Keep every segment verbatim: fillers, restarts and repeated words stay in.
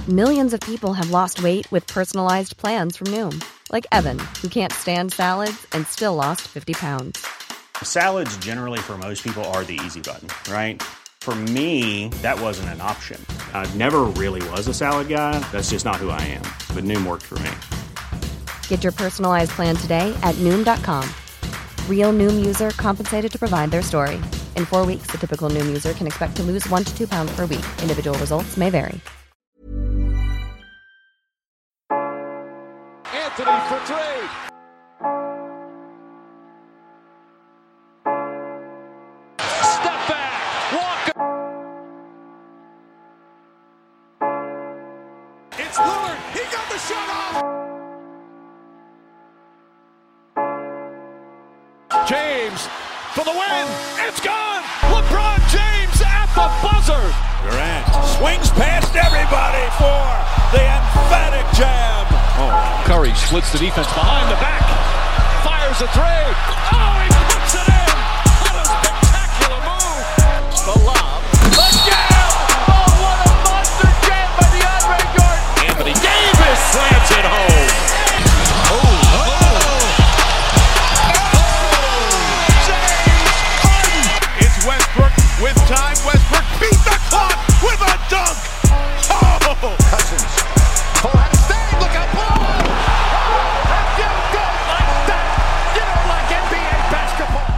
Millions of people have lost weight with personalized plans from Noom. Like Evan, who can't stand salads and still lost fifty pounds. Salads generally for most people are the easy button, right? For me, that wasn't an option. I never really was a salad guy. That's just not who I am. But Noom worked for me. Get your personalized plan today at Noom dot com. Real Noom user compensated to provide their story. In four weeks, the typical Noom user can expect to lose one to two pounds per week. Individual results may vary. Anthony for three. Step back. Walker. It's Lillard. He got the shot off. James for the win. It's gone. LeBron James at the buzzer. Durant swings past everybody for the emphatic jam. Oh, Curry splits the defense behind the back. Fires a three. Oh, he puts it in. What a spectacular move. The lob. The jam. Oh, what a monster jam by DeAndre Jordan. Anthony Davis slams it home. Oh, oh. It's Westbrook with time. Westbrook beat the clock with a dunk. Oh, Cousins. Ohio State, look out, blow. Oh, if you go like that, you don't like N B A basketball.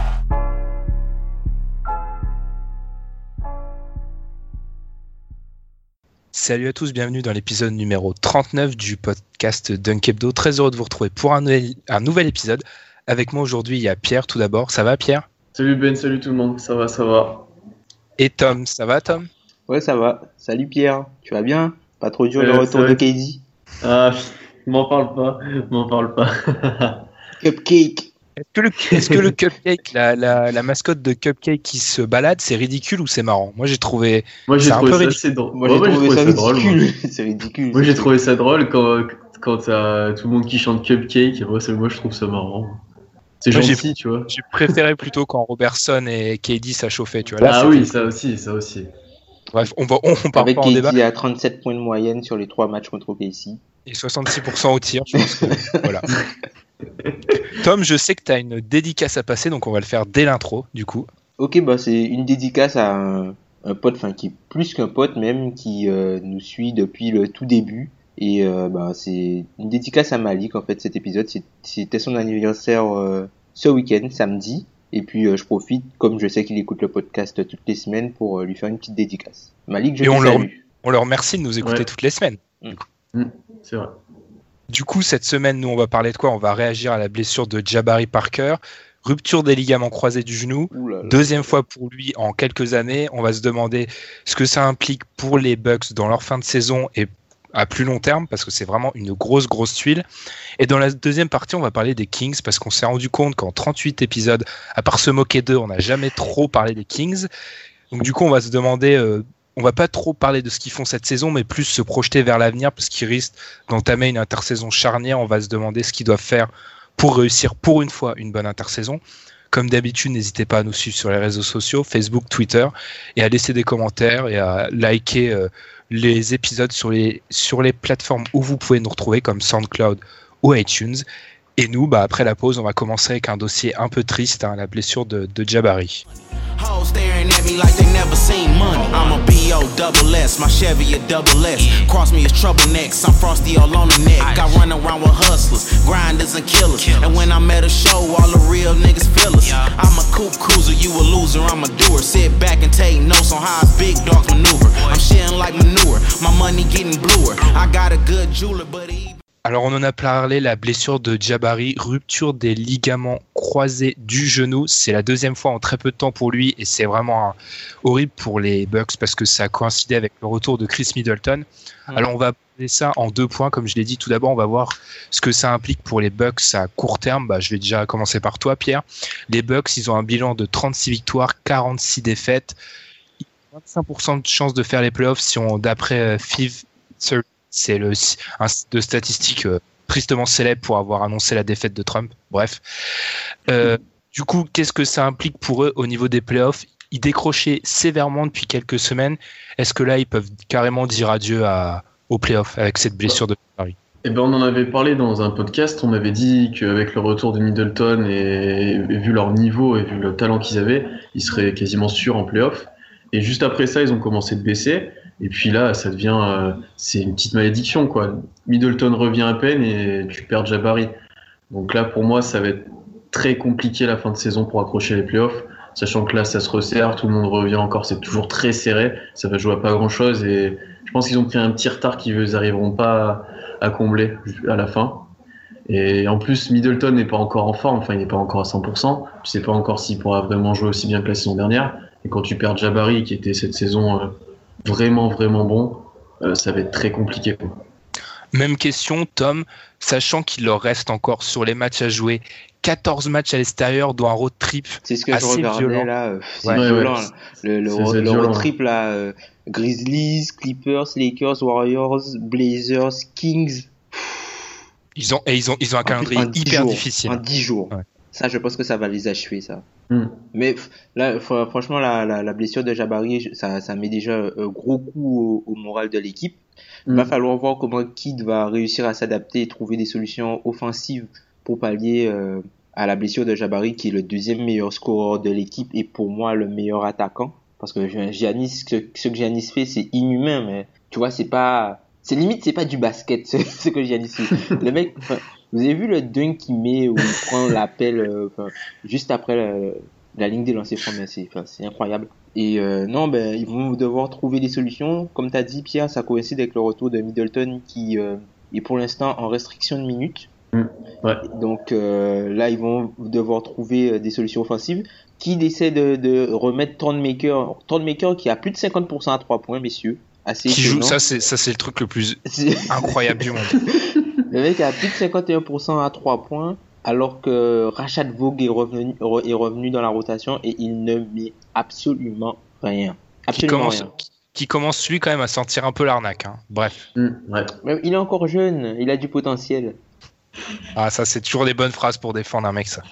Salut à tous, bienvenue dans l'épisode numéro trente-neuf du podcast Dunk Hebdo. Très heureux de vous retrouver pour un nouvel, un nouvel épisode. Avec moi aujourd'hui, il y a Pierre tout d'abord. Ça va Pierre ? Salut Ben, salut tout le monde, ça va, ça va. Et Tom, ça va Tom ? Ouais, ça va. Salut Pierre, tu vas bien ? Pas trop dur Euh, le retour ça va. de K D ? Ah, m'en parle pas, m'en parle pas. Cupcake. Est-ce que le, est-ce que le Cupcake, la, la, la mascotte de Cupcake qui se balade, c'est ridicule ou c'est marrant ? Moi j'ai trouvé... Moi j'ai C'est un trouvé peu ça ridicule. assez drôle. Moi Ouais, j'ai trouvé, ça drôle. Moi, ridicule. C'est ridicule. Moi, j'ai c'est- trouvé ça drôle quand, quand t'as tout le monde qui chante Cupcake. Moi, c'est- moi je trouve ça marrant. C'est Moi, j'ai- gentil, tu vois. J'ai préféré plutôt quand Robertson et K D ça chauffait, tu vois. Là, Ah c'était- oui, ça aussi, ça aussi. Bref, on va on, on part Avec pas en débat. K D à trente-sept points de moyenne sur les trois matchs contre O K C. Et soixante-six pour cent au tir, je pense que voilà. Tom, je sais que tu as une dédicace à passer, donc on va le faire dès l'intro, du coup. Ok, bah c'est une dédicace à un, un pote, enfin qui est plus qu'un pote même, qui euh, nous suit depuis le tout début. Et euh, bah c'est une dédicace à Malik en fait cet épisode. C'est- C'était son anniversaire euh, ce week-end, samedi. Et puis euh, je profite, comme je sais qu'il écoute le podcast toutes les semaines, pour euh, lui faire une petite dédicace. Malik, je Et te on le salue. On leur remercie de nous écouter Ouais. toutes les semaines. C'est vrai. Du coup, cette semaine, nous, on va parler de quoi ? On va réagir à la blessure de Jabari Parker, rupture des ligaments croisés du genou, Ouh là là. deuxième fois pour lui en quelques années. On va se demander ce que ça implique pour les Bucks dans leur fin de saison et à plus long terme, parce que c'est vraiment une grosse, grosse tuile. Et dans la deuxième partie, on va parler des Kings, parce qu'on s'est rendu compte qu'en trente-huit épisodes, à part se moquer d'eux, on n'a jamais trop parlé des Kings. Donc du coup, on va se demander... Euh, on va pas trop parler de ce qu'ils font cette saison, mais plus se projeter vers l'avenir, parce qu'ils risquent d'entamer une intersaison charnière. On va se demander ce qu'ils doivent faire pour réussir pour une fois une bonne intersaison. Comme d'habitude, n'hésitez pas à nous suivre sur les réseaux sociaux, Facebook, Twitter, et à laisser des commentaires et à liker euh, les épisodes sur les, sur les plateformes où vous pouvez nous retrouver, comme SoundCloud ou iTunes. Et nous, bah, après la pause, on va commencer avec un dossier un peu triste, hein, la blessure de, de Jabari. Hoes staring at me like they never seen money. I'm a B O double S, my Chevy a double S. Cross me as trouble necks, I'm frosty all on the neck. I run around with hustlers, grinders and killers. And when I'm at a show, all the real niggas feel us. I'm a coupe cruiser, you a loser, I'm a doer. Sit back and take notes on how big dogs maneuver. I'm shitting like manure, my money getting bluer. I got a good jeweler, but he... Alors on en a parlé, la blessure de Jabari, rupture des ligaments croisés du genou, c'est la deuxième fois en très peu de temps pour lui et c'est vraiment un, horrible pour les Bucks parce que ça a coïncidé avec le retour de Chris Middleton. Mmh. Alors on va aborder ça en deux points, comme je l'ai dit. Tout d'abord, on va voir ce que ça implique pour les Bucks à court terme. Bah, je vais déjà commencer par toi, Pierre. Les Bucks, ils ont un bilan de trente-six victoires, quarante-six défaites, vingt-cinq pour cent de chances de faire les playoffs si on, d'après euh, Five Thirty. C'est le, un site de statistiques euh, tristement célèbre pour avoir annoncé la défaite de Trump. Bref. Euh, du coup, qu'est-ce que ça implique pour eux au niveau des playoffs ? Ils décrochaient sévèrement depuis quelques semaines. Est-ce que là, ils peuvent carrément dire adieu à, au playoff avec cette blessure de Jabari. Eh ben, on en avait parlé dans un podcast, on avait dit qu'avec le retour de Middleton et, et vu leur niveau et vu le talent qu'ils avaient, ils seraient quasiment sûrs en playoff. Et juste après ça, ils ont commencé de baisser. Et puis là, ça devient, euh, c'est une petite malédiction, quoi. Middleton revient à peine et tu perds Jabari. Donc là, pour moi, ça va être très compliqué la fin de saison pour accrocher les playoffs, sachant que là, ça se resserre, tout le monde revient encore, c'est toujours très serré, ça va jouer à pas grand-chose et je pense qu'ils ont pris un petit retard qu'ils n'arriveront pas à combler à la fin. Et en plus, Middleton n'est pas encore en forme, enfin, il n'est pas encore à cent pour cent, tu sais pas encore s'il pourra vraiment jouer aussi bien que la saison dernière. Et quand tu perds Jabari, qui était cette saison euh, vraiment, vraiment bon, euh, ça va être très compliqué, quoi. Même question, Tom, sachant qu'il leur reste encore sur les matchs à jouer quatorze matchs à l'extérieur, dont un road trip c'est ce que assez je regardais violent. là, euh, c'est Ouais, violent. ouais, là. Le, le, c'est- road- c'est le violent. road trip là, euh, Grizzlies, Clippers, Lakers, Warriors, Blazers, Kings. Ils ont, et ils ont, ils ont un En calendrier plus, en dix hyper jours, difficile. En dix jours. Ouais. Ça, je pense que ça va les achever, ça. Hmm. Mais f- là, fr- franchement, la, la, la blessure de Jabari, je- ça, ça met déjà un gros coup au, au moral de l'équipe. Il va Mm. falloir voir comment Kidd va réussir à s'adapter et trouver des solutions offensives pour pallier euh, à la blessure de Jabari, qui est le deuxième meilleur scoreur de l'équipe et pour moi le meilleur attaquant. Parce que Giannis, ce, ce que Giannis fait, c'est inhumain, mais tu vois, c'est pas, c'est limite, c'est pas du basket ce, ce que Giannis fait. Le mec, enfin, vous avez vu le dunk qu'il met où il prend l'appel euh, enfin, juste après la, la ligne des lancers francs, mais c'est, enfin, c'est incroyable. Et euh, non, ben ils vont devoir trouver des solutions. Comme tu as dit, Pierre, ça coïncide avec le retour de Middleton qui euh, est pour l'instant en restriction de minutes. Mmh, ouais. Donc euh, là, ils vont devoir trouver euh, des solutions offensives. Qui essaie de, de remettre Thornmaker, Thornmaker qui a plus de cinquante pour cent à trois points, messieurs. Assez Qui joue, étonnant. ça c'est, ça c'est le truc le plus C'est- incroyable du monde. Le mec a plus de cinquante et un pour cent à trois points, alors que Rashad Vaughn est revenu, re- est revenu dans la rotation et il ne met absolument rien. Qui Absolument commence, rien. qui commence lui quand même à sentir un peu l'arnaque. Hein. Bref. Hmm, ouais. Mais il est encore jeune, il a du potentiel. Ah, ça, c'est toujours des bonnes phrases pour défendre un mec, ça.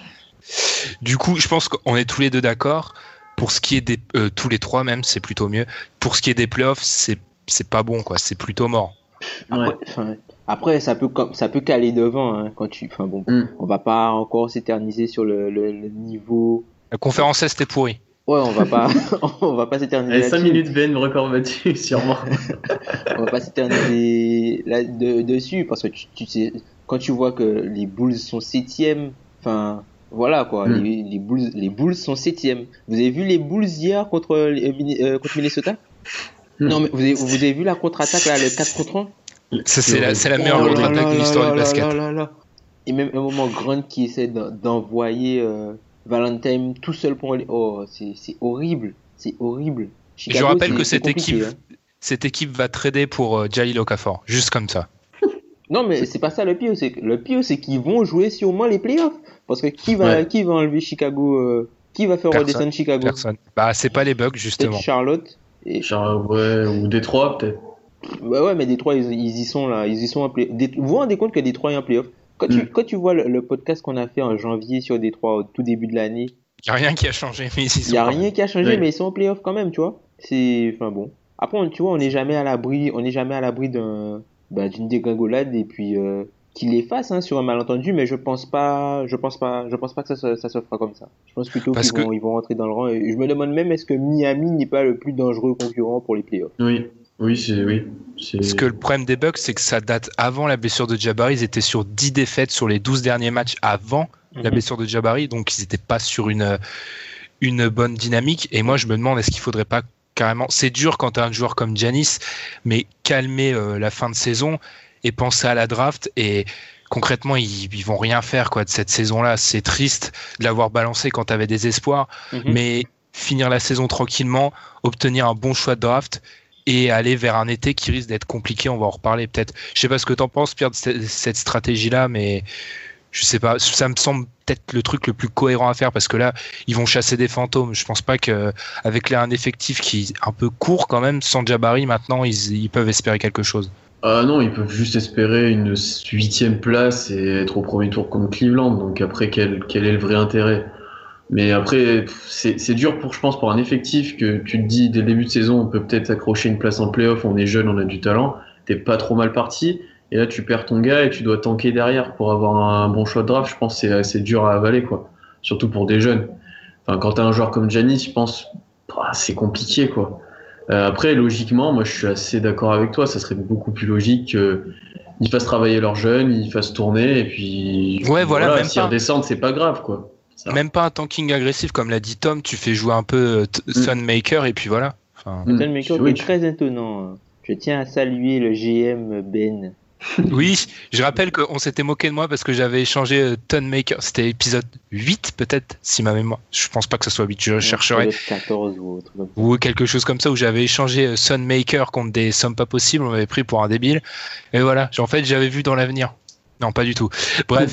Du coup, je pense qu'on est tous les deux d'accord. Pour ce qui est des, euh, tous les trois même, c'est plutôt mieux. Pour ce qui est des playoffs, c'est, c'est pas bon, quoi. C'est plutôt mort. Après, Ouais. enfin, après, ça peut com- ça peut caler devant hein, quand tu. Enfin bon, Mm. on va pas encore s'éterniser sur le, le, le niveau. La conférence Est était pourrie. Ouais, on va pas, on va pas s'éterniser. Allez, cinq là-dessus. minutes V N, record battu, sûrement. On va pas s'éterniser là de, dessus parce que tu, tu sais, quand tu vois que les Bulls sont septième, enfin voilà quoi, Mm. les, les Bulls, les Bulls sont septième. Vous avez vu les Bulls hier contre les, euh, contre Minnesota? Mm. Non mais vous avez, vous avez vu la contre-attaque là, le quatre contre un? Ça, c'est, la, c'est la Oh meilleure là contre-attaque là de là l'histoire là du là basket. là là là. Et même un moment Grant qui essaie d'en- d'envoyer euh, Valentine tout seul pour aller. Oh, c'est c'est horrible, c'est horrible. Et je rappelle c'est- que c'est cette compliqué, équipe, hein. cette équipe va trader pour euh, Jahlil Okafor, juste comme ça. Non, mais c'est pas ça le pire. C'est que- le pire, c'est qu'ils vont jouer sûrement les playoffs. Parce que qui va, Ouais. qui va enlever Chicago euh, Qui va faire Personne. redescendre Chicago? Personne. Bah, c'est pas les Bucks, Peut-être justement. Charlotte. Et... Genre, ouais, ou Détroit, peut-être. Ouais, ouais, mais Détroit, ils, ils y sont là. Ils y sont en play. Dé- Vous vous rendez compte que Détroit est en playoff? Quand, tu, Mm. quand tu vois le, le podcast qu'on a fait en janvier sur Détroit au tout début de l'année, Il n'y a rien qui a changé, mais ils y il sont y a quand rien même. qui a changé, Oui. mais ils sont en playoff quand même, tu vois. C'est, enfin bon. Après, on- tu vois, on n'est jamais à l'abri, on n'est jamais à l'abri d'un, bah, d'une dégringolade et puis euh, qu'il les fasse hein, sur un malentendu, mais je pense pas, je pense pas, je pense pas que ça, se- ça se fera comme ça. Je pense plutôt Parce qu'ils que- vont, ils vont rentrer dans le rang. Et je me demande même est-ce que Miami n'est pas le plus dangereux concurrent pour les playoffs. Oui, oui, c'est. Oui. c'est... Parce que le problème des Bucks, c'est que ça date avant la blessure de Jabari. Ils étaient sur dix défaites sur les douze derniers matchs avant la Mhm. blessure de Jabari, donc ils n'étaient pas sur une, une bonne dynamique. Et moi, je me demande, est-ce qu'il faudrait pas carrément... C'est dur quand tu as un joueur comme Giannis, mais calmer euh, la fin de saison et penser à la draft. Et concrètement, ils, ils vont rien faire quoi, de cette saison-là. C'est triste de l'avoir balancé quand tu avais des espoirs, Mhm. mais finir la saison tranquillement, obtenir un bon choix de draft et aller vers un été qui risque d'être compliqué. On va en reparler peut-être. Je sais pas ce que t'en penses, Pierre, de cette, cette stratégie-là, mais je sais pas. Ça me semble peut-être le truc le plus cohérent à faire parce que là, ils vont chasser des fantômes. Je pense pas que avec là un effectif qui est un peu court quand même, sans Jabari, maintenant ils, ils peuvent espérer quelque chose. Ah non, ils peuvent juste espérer une huitième place et être au premier tour comme Cleveland. Donc après, quel, quel est le vrai intérêt? Mais après, c'est, c'est dur pour, je pense, pour un effectif que tu te dis dès le début de saison, on peut peut-être accrocher une place en playoff, on est jeune, on a du talent. t'es pas trop mal parti. Et là, tu perds ton gars et tu dois tanker derrière pour avoir un bon choix de draft. Je pense que c'est assez dur à avaler, quoi. Surtout pour des jeunes. Enfin, quand t'as un joueur comme Giannis, je pense, bah, c'est compliqué, quoi. Euh, après, logiquement, moi, je suis assez d'accord avec toi. Ça serait beaucoup plus logique qu'ils fassent travailler leurs jeunes, ils fassent tourner, et puis ouais, voilà, voilà, même s'ils pas. redescendent, c'est pas grave, quoi. Ça. Même pas un tanking agressif, comme l'a dit Tom. Tu fais jouer un peu t- mm. Sunmaker, et puis voilà. Enfin... Mm. Sunmaker est très étonnant. Je tiens à saluer le G M Ben. Oui, je rappelle qu'on s'était moqué de moi parce que j'avais échangé Tonmaker. C'était épisode huit, peut-être, si ma mémoire. Je pense pas que ce soit huit, je chercherai. quatorze ou autre. Ou quelque chose comme ça, où j'avais échangé Sunmaker contre des sommes pas possibles. On m'avait pris pour un débile. Et voilà, en fait, j'avais vu dans l'avenir. Non, pas du tout. Bref.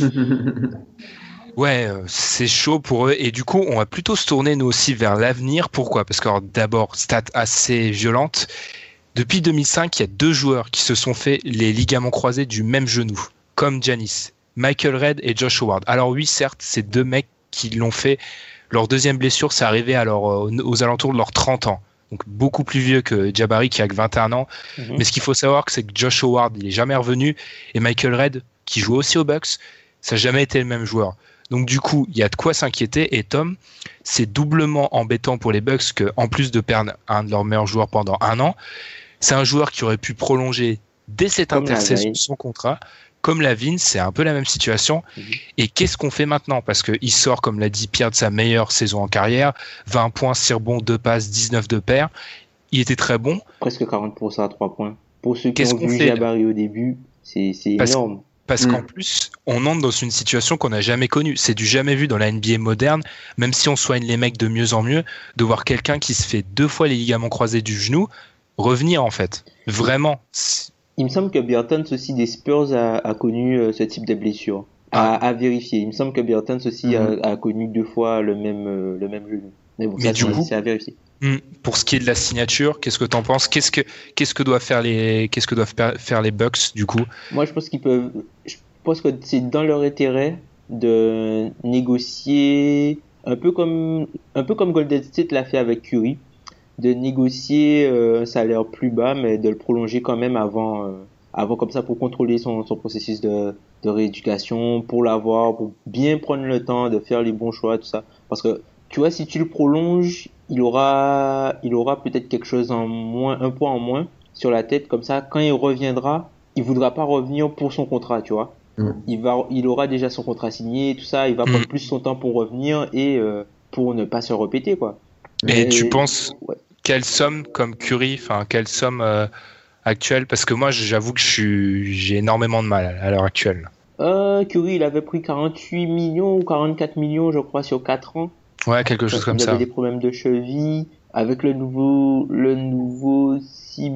Ouais, c'est chaud pour eux. Et du coup, on va plutôt se tourner, nous aussi, vers l'avenir. Pourquoi ? Parce que, alors, d'abord, stat assez violente. Depuis deux mille cinq, il y a deux joueurs qui se sont fait les ligaments croisés du même genou, comme Giannis, Michael Redd et Josh Howard. Alors oui, certes, c'est deux mecs qui l'ont fait. Leur deuxième blessure, c'est arrivé alors aux alentours de leurs trente ans. Donc beaucoup plus vieux que Jabari qui a que vingt et un ans. Mm-hmm. Mais ce qu'il faut savoir, c'est que Josh Howard, il est jamais revenu. Et Michael Redd, qui joue aussi aux Bucks, ça n'a jamais été le même joueur. Donc du coup, il y a de quoi s'inquiéter. Et Tom, c'est doublement embêtant pour les Bucks qu'en plus de perdre un de leurs meilleurs joueurs pendant un an, c'est un joueur qui aurait pu prolonger dès cette comme intersaison son contrat. Comme Lavine, c'est un peu la même situation. Mmh. Et qu'est-ce qu'on fait maintenant ? Parce qu'il sort, comme l'a dit Pierre, de sa meilleure saison en carrière. vingt points, six rebonds, deux passes, dix-neuf de paire. Il était très bon. Presque quarante pour cent à trois points. Pour ceux qui qu'est-ce ont vu Jabari au début, c'est, c'est parce, énorme. Parce mmh. qu'en plus, on entre dans une situation qu'on n'a jamais connue. C'est du jamais vu dans la N B A moderne. Même si on soigne les mecs de mieux en mieux, de voir quelqu'un qui se fait deux fois les ligaments croisés du genou revenir en fait, vraiment. Il me semble que Bertans aussi des Spurs a, a connu euh, ce type de blessure. À, ah. à vérifier. Il me semble que Bertans aussi mm-hmm. a, a connu deux fois le même euh, le même genou. Mais bon, Mais ça du c'est, coup, c'est à vérifier. Pour ce qui est de la signature, qu'est-ce que t'en penses ? Qu'est-ce que qu'est-ce que doivent faire les qu'est-ce que doivent faire les Bucks du coup ? Moi, je pense qu'ils peuvent. Je pense que c'est dans leur intérêt de négocier un peu comme un peu comme Golden State l'a fait avec Curry. De négocier euh, un salaire plus bas, mais de le prolonger quand même avant, euh, avant comme ça pour contrôler son, son processus de, de rééducation, pour l'avoir, pour bien prendre le temps de faire les bons choix, tout ça. Parce que tu vois, si tu le prolonges, il aura, il aura peut-être quelque chose en moins, un point en moins sur la tête, comme ça, quand il reviendra, il voudra pas revenir pour son contrat, tu vois. Mmh. Il va, il aura déjà son contrat signé, tout ça, il va mmh. prendre plus son temps pour revenir et euh, pour ne pas se répéter, quoi. Et, et tu penses ouais. Quelle somme comme Curry, enfin quelle somme euh, actuelle ? Parce que moi, j'avoue que je suis, j'ai énormément de mal à l'heure actuelle. Euh, Curry, il avait pris quarante-huit millions ou quarante-quatre millions, je crois, sur quatre ans. Ouais, quelque chose comme ça. Il avait des problèmes de cheville. Avec le nouveau, le nouveau C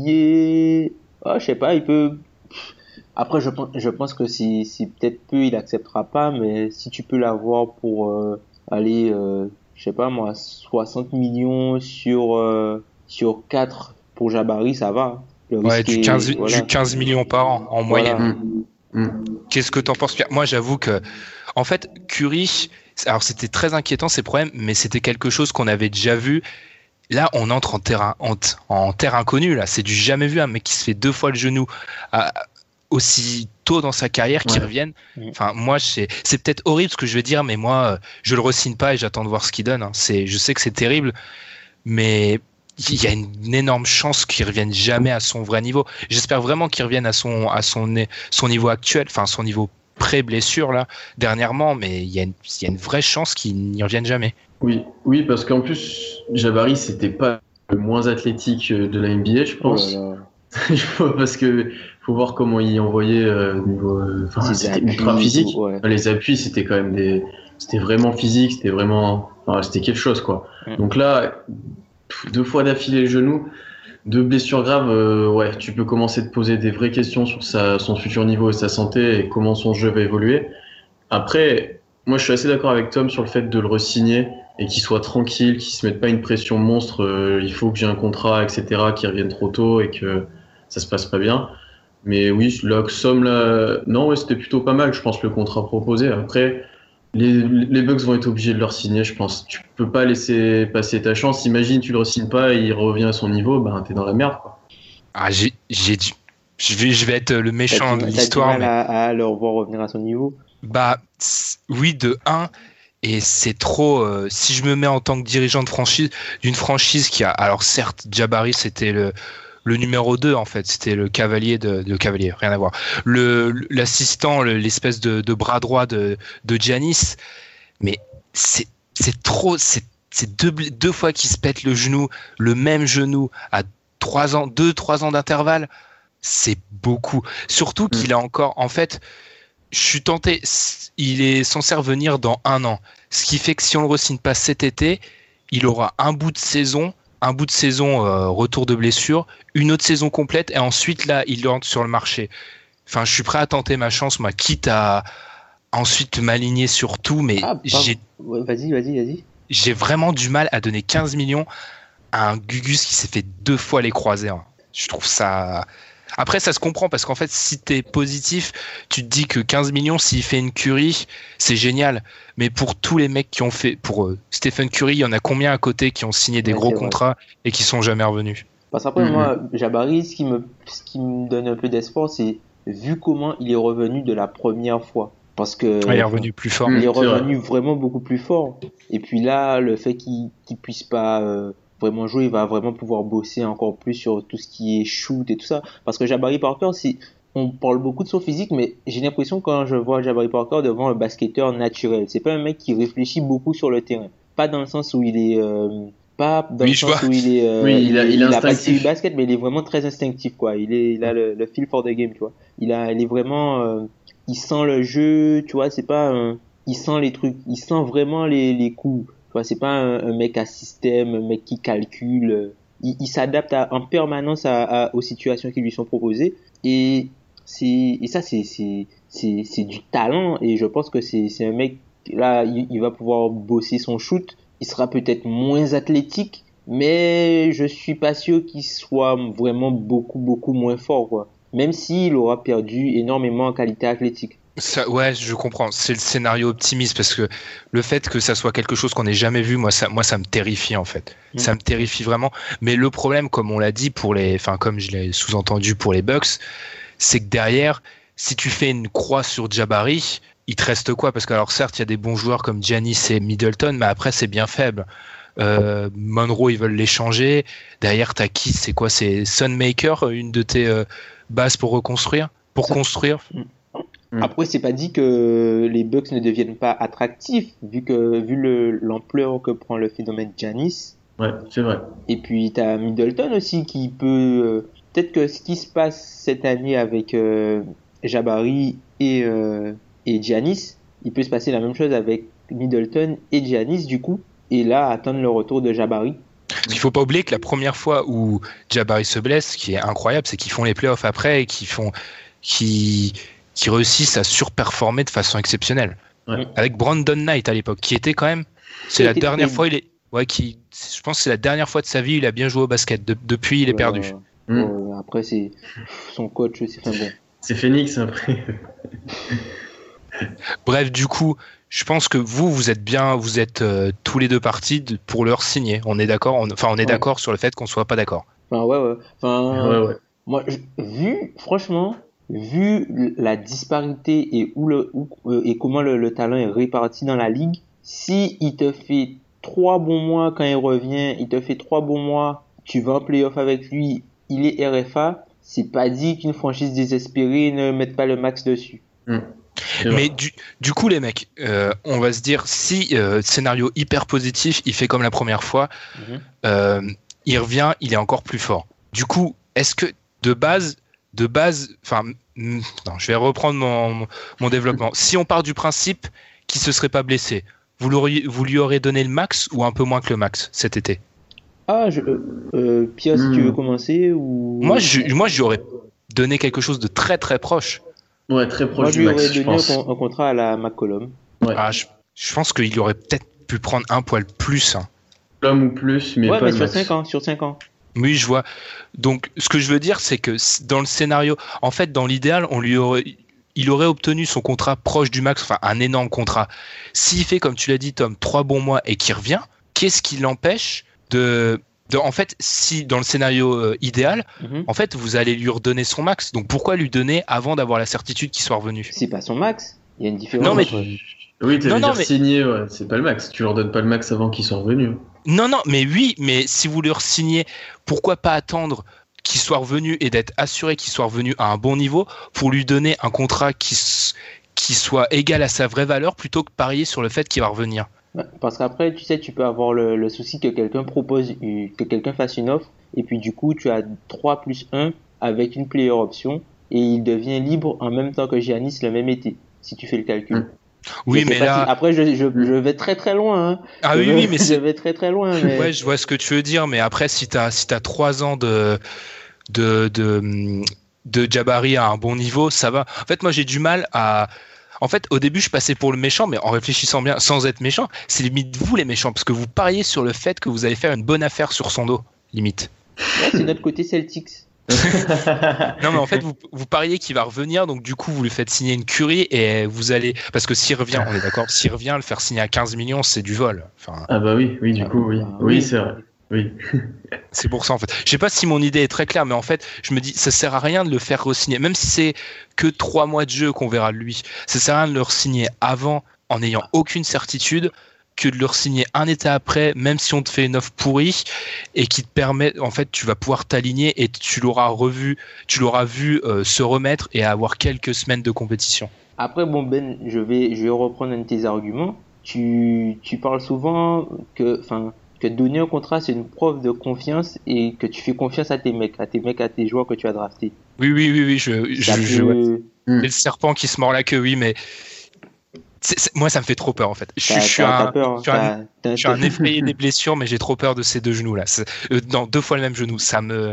B A, oh, je sais pas, il peut. Après, je pense, je pense que si, si peut-être peu, il acceptera pas, mais si tu peux l'avoir pour euh, aller. Euh, je sais pas moi, soixante millions sur euh, sur quatre pour Jabari, ça va. Le ouais, du quinze, est, voilà. du quinze millions par an en voilà. moyenne. Mmh. Mmh. Qu'est-ce que t'en penses, Pierre ? Moi, j'avoue que, en fait, Curry, alors c'était très inquiétant ces problèmes, mais c'était quelque chose qu'on avait déjà vu. Là, on entre en terrain en, en terre inconnue. Là, c'est du jamais vu, un mec qui se fait deux fois le genou. À, aussi tôt dans sa carrière qu'il ouais. revienne. Enfin, moi, c'est, c'est peut-être horrible ce que je vais dire, mais moi, je le re-signe pas et j'attends de voir ce qu'il donne. C'est, je sais que c'est terrible, mais il y a une, une énorme chance qu'il revienne jamais à son vrai niveau. J'espère vraiment qu'il revienne à son, à son, son niveau actuel, enfin, son niveau pré-blessure, là, dernièrement, mais il y a une, il y a une vraie chance qu'il n'y revienne jamais. Oui, oui, parce qu'en plus, Jabari, c'était pas le moins athlétique de la N B A, je pense. Oh là là. Parce que faut voir comment il envoyait euh, niveau euh, enfin c'était ultra physique ouais. Les appuis c'était quand même des c'était vraiment physique, c'était vraiment enfin, c'était quelque chose quoi. Ouais. Donc là deux fois d'affilée le genou, deux blessures graves, euh, ouais, tu peux commencer à te poser des vraies questions sur sa son futur niveau et sa santé et comment son jeu va évoluer. Après, moi je suis assez d'accord avec Tom sur le fait de le re-signer et qu'il soit tranquille, qu'il se mette pas une pression monstre, euh, il faut que j'ai un contrat, et cetera, qu'il revienne trop tôt et que ça se passe pas bien. Mais oui, la somme là, non, ouais, c'était plutôt pas mal, je pense, le contrat proposé. Après, les, les Bucks vont être obligés de le re-signer, je pense. Tu peux pas laisser passer ta chance. Imagine, tu le re-signes pas et il revient à son niveau, ben t'es dans la merde, quoi. Ah, j'ai, j'ai du, je vais, je vais être le méchant de l'histoire. T'as du mal mais... à, à le revoir revenir à son niveau. Bah oui, de un. Et c'est trop. Euh, si je me mets en tant que dirigeant de franchise, d'une franchise qui a. Alors certes, Jabari, c'était le, le numéro deux, en fait. C'était le cavalier de. de cavalier, rien à voir. Le, l'assistant, le, l'espèce de, de bras droit de, de Giannis. Mais c'est, c'est trop. C'est, c'est deux, deux fois qu'il se pète le genou, le même genou, à trois ans, deux, trois ans d'intervalle. C'est beaucoup. Surtout qu'il a encore. En fait. Je suis tenté, il est censé revenir dans un an. Ce qui fait que si on le re-signe pas cet été, il aura un bout de saison, un bout de saison euh, retour de blessure, une autre saison complète, et ensuite là, il rentre sur le marché. Enfin, je suis prêt à tenter ma chance, moi, quitte à ensuite m'aligner sur tout, mais Ah, j'ai, ouais, vas-y, vas-y, vas-y. j'ai vraiment du mal à donner quinze millions à un Gugus qui s'est fait deux fois les croisés. Hein. Je trouve ça... Après, ça se comprend parce qu'en fait, si t'es positif, tu te dis que quinze millions, s'il fait une Curry, c'est génial. Mais pour tous les mecs qui ont fait, pour euh, Stephen Curry, il y en a combien à côté qui ont signé des Ouais, gros c'est vrai. contrats et qui sont jamais revenus? Parce qu'après, Mhm. moi, Jabari, ce qui me, ce qui me donne un peu d'espoir, c'est vu comment il est revenu de la première fois. Parce que. Ouais, il est revenu plus fort. Mm. Il est C'est revenu vraiment beaucoup plus fort. Et puis là, le fait qu'il qu'il puisse pas euh, vraiment jouer, il va vraiment pouvoir bosser encore plus sur tout ce qui est shoot et tout ça. Parce que Jabari Parker, c'est, on parle beaucoup de son physique, mais j'ai l'impression quand je vois Jabari Parker devant un basketteur naturel, c'est pas un mec qui réfléchit beaucoup sur le terrain. Pas dans le sens où il est, euh, pas dans Oui, le je sens vois. où il est, euh, Oui, il a- il est a pas instinctif. de basket, mais il est vraiment très instinctif, quoi. Il est, il a le, le feel for the game, tu vois. Il a, il est vraiment, euh, il sent le jeu, tu vois, c'est pas un, il sent les trucs, il sent vraiment les, les coups. Tu vois, c'est pas un, un mec à système, un mec qui calcule. Il, il s'adapte à, en permanence à, à, aux situations qui lui sont proposées. Et c'est, et ça, c'est, c'est, c'est, c'est du talent. Et je pense que c'est, c'est un mec, là, il, il va pouvoir bosser son shoot. Il sera peut-être moins athlétique, mais je suis pas sûr qu'il soit vraiment beaucoup, beaucoup moins fort, quoi. Même s'il aura perdu énormément en qualité athlétique. Ça, ouais, je comprends. C'est le scénario optimiste parce que le fait que ça soit quelque chose qu'on n'ait jamais vu, moi, ça, moi, ça me terrifie en fait. Mm. Ça me terrifie vraiment. Mais le problème, comme on l'a dit pour les, enfin, comme je l'ai sous-entendu pour les Bucks, c'est que derrière, si tu fais une croix sur Jabari, il te reste quoi? Parce que alors certes, il y a des bons joueurs comme Giannis et Middleton, mais après c'est bien faible. Euh, Monroe, ils veulent l'échanger. Derrière, t'as qui? C'est quoi? C'est Sunmaker, une de tes euh, bases pour reconstruire, pour Ça- construire. Mm. Après, c'est pas dit que les Bucks ne deviennent pas attractifs, vu que vu le, l'ampleur que prend le phénomène Giannis. Ouais, c'est vrai. Et puis t'as Middleton aussi qui peut euh, peut-être que ce qui se passe cette année avec euh, Jabari et euh, et Giannis, il peut se passer la même chose avec Middleton et Giannis du coup. Et là, attendre le retour de Jabari. Parce qu'il faut pas oublier que la première fois où Jabari se blesse, ce qui est incroyable, c'est qu'ils font les playoffs après et qu'ils font, qui, qui réussissent à surperformer de façon exceptionnelle. Ouais. Avec Brandon Knight à l'époque, qui était quand même, c'est Qui la était dernière très fois, il est, ouais, qui, je pense que c'est la dernière fois de sa vie, il a bien joué au basket. De- depuis, il est Euh, perdu. Mm. euh, après, c'est son coach, c'est enfin bon. C'est Phoenix après. Bref, du coup, je pense que vous, vous êtes bien, vous êtes euh, tous les deux partis de- pour leur signer. On est d'accord, on- enfin, on est Ouais. d'accord sur le fait qu'on soit pas d'accord. Enfin, ouais, ouais. Enfin, Ouais, ouais. moi, je- vu, franchement, vu la disparité et où le, où, euh, et comment le, le talent est réparti dans la ligue, si il te fait trois bons mois quand il revient, il te fait trois bons mois, tu vas en playoff avec lui, il est R F A, c'est pas dit qu'une franchise désespérée ne mette pas le max dessus. Mm. C'est vrai. Mais du, du coup, les mecs, euh, on va se dire, si euh, scénario hyper positif, il fait comme la première fois, Mhm. euh, il revient, il est encore plus fort. Du coup, est-ce que de base, de base, enfin, mm, non, je vais reprendre mon, mon développement. Si on part du principe qu'il se serait pas blessé, vous, l'auriez- vous lui aurez donné le max ou un peu moins que le max cet été? Ah, je, euh, euh, Pierre, si Hmm. tu veux commencer ou... Moi, je, moi, je lui aurais donné quelque chose de très très proche. Ouais, très Moi, proche je du lui max, aurais je donné un, pense. con- un contrat à la McCollum. Ouais. Ah, je, je pense qu'il aurait peut-être pu prendre un poil plus. Hein. L'homme ou plus, mais ouais, pas mais le sur max. cinq ans, sur cinq ans. Oui, je vois. Donc, ce que je veux dire, c'est que c- dans le scénario, en fait, dans l'idéal, on lui aurait, il aurait obtenu son contrat proche du max, enfin un énorme contrat. S'il fait, comme tu l'as dit, Tom, trois bons mois et qu'il revient, qu'est-ce qui l'empêche de De, en fait, si dans le scénario euh, idéal, mm-hmm. en fait, vous allez lui redonner son max. Donc pourquoi lui donner avant d'avoir la certitude qu'il soit revenu ? C'est pas son max. Il y a une différence. Non mais entre... oui, tu veux dire mais... signer, ouais, c'est pas le max. Tu leur donnes pas le max avant qu'ils soient revenus. Non, non, mais oui, mais si vous leur signez, pourquoi pas attendre qu'il soit revenu et d'être assuré qu'il soit revenu à un bon niveau pour lui donner un contrat qui qui soit égal à sa vraie valeur plutôt que parier sur le fait qu'il va revenir. Parce qu'après, tu sais, tu peux avoir le, le souci que quelqu'un propose, que quelqu'un fasse une offre, et puis du coup, tu as trois plus un avec une player option, et il devient libre en même temps que Giannis le même été, si tu fais le calcul. Mmh. Oui, mais là... Si... Après, je, je, je vais très très loin. Hein. Ah je oui, vais, oui, mais je c'est... vais très très loin. Mais... Ouais, je vois ce que tu veux dire, mais après, si t'as si t'as trois ans de de de de Jabari à un bon niveau, ça va. En fait, moi, j'ai du mal à. En fait, au début, je passais pour le méchant, mais en réfléchissant bien, sans être méchant, c'est limite vous les méchants, parce que vous pariez sur le fait que vous allez faire une bonne affaire sur son dos, limite. Ouais, c'est notre côté Celtics. Non mais en fait vous, vous pariez qu'il va revenir, donc du coup vous lui faites signer une Curry et vous allez, parce que s'il revient, on est d'accord, s'il revient, le faire signer à quinze millions c'est du vol. Enfin, ah bah oui, oui du coup oui, ah, oui, oui c'est vrai. Oui. C'est pour ça en fait. Je sais pas si mon idée est très claire, mais en fait je me dis ça sert à rien de le faire re-signer, même si c'est que trois mois de jeu qu'on verra de lui. Ça sert à rien de le re-signer avant en n'ayant aucune certitude que de le re-signer un été après, même si on te fait une offre pourrie et qui te permet, en fait, tu vas pouvoir t'aligner et tu l'auras revu, tu l'auras vu euh, se remettre et avoir quelques semaines de compétition. Après, bon Ben, je vais, je vais reprendre un de tes arguments. Tu, tu parles souvent que, enfin, que donner un contrat c'est une preuve de confiance et que tu fais confiance à tes mecs, à tes mecs, à tes joueurs que tu as draftés. Oui, oui, oui, oui, je, je, peut... je ouais. C'est le serpent qui se mord la queue, oui, mais. C'est, c'est, moi, ça me fait trop peur en fait. Je, je suis un, peur, je suis un, je suis un effrayé des blessures, mais j'ai trop peur de ces deux genoux là. Euh, non, deux fois le même genou. Ça me.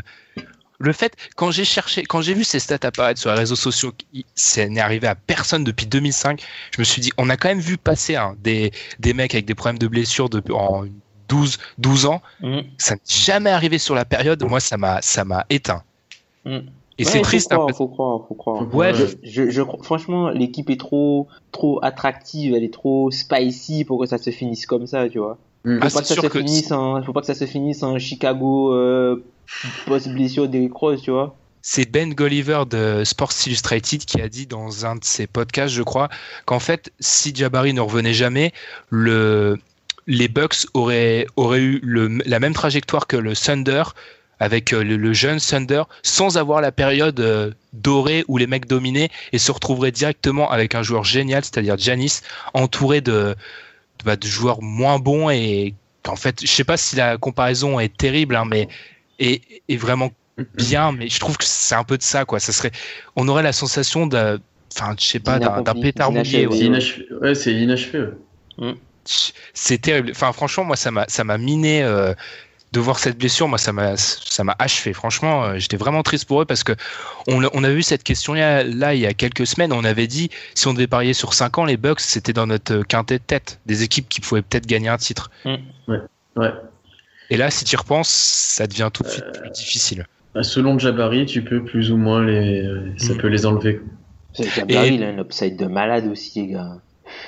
Le fait, quand j'ai cherché, quand j'ai vu ces stats apparaître sur les réseaux sociaux, ça n'est arrivé à personne depuis deux mille cinq. Je me suis dit, on a quand même vu passer hein, des des mecs avec des problèmes de blessures de, en douze, douze ans. Mm. Ça n'est jamais arrivé sur la période. Moi, ça m'a, ça m'a éteint. Mm. Et ouais, c'est triste. Faut croire, faut croire, faut croire. Ouais, je, je, je, franchement, l'équipe est trop, trop attractive, elle est trop spicy pour que ça se finisse comme ça, tu vois. Mmh. Faut, ah, pas que ça se que finisse en, faut pas que ça se finisse en Chicago euh, post-blessure d'Eric Rose, tu vois. C'est Ben Golliver de Sports Illustrated qui a dit dans un de ses podcasts, je crois, qu'en fait, si Jabari ne revenait jamais, le, les Bucks auraient, auraient eu le, la même trajectoire que le Thunder, avec le, le jeune Thunder, sans avoir la période euh, dorée où les mecs dominaient et se retrouveraient directement avec un joueur génial, c'est-à-dire Giannis, entouré de, de, bah, de joueurs moins bons et en fait, je sais pas si la comparaison est terrible, hein, mais est, est vraiment bien, mais je trouve que c'est un peu de ça, quoi. Ça serait, on aurait la sensation de, enfin, je sais pas, d'un, d'un pétard mouillé. Ouais. Inachevé. Ouais, c'est inachevé. Ouais. C'est terrible. Enfin, franchement, moi, ça m'a, ça m'a miné. Euh, de voir cette blessure, moi ça m'a ça m'a achevé. Franchement, euh, j'étais vraiment triste pour eux parce que on, on avait eu cette question là, là il y a quelques semaines. On avait dit si on devait parier sur cinq ans, les Bucks c'était dans notre quintet de tête, des équipes qui pouvaient peut-être gagner un titre. Mmh. Ouais, ouais. Et là, si tu y repenses, ça devient tout de suite euh, plus difficile. Selon Jabari, tu peux plus ou moins les, ça mmh. peut les enlever. Jabari, Et... il a un upside de malade aussi, les gars.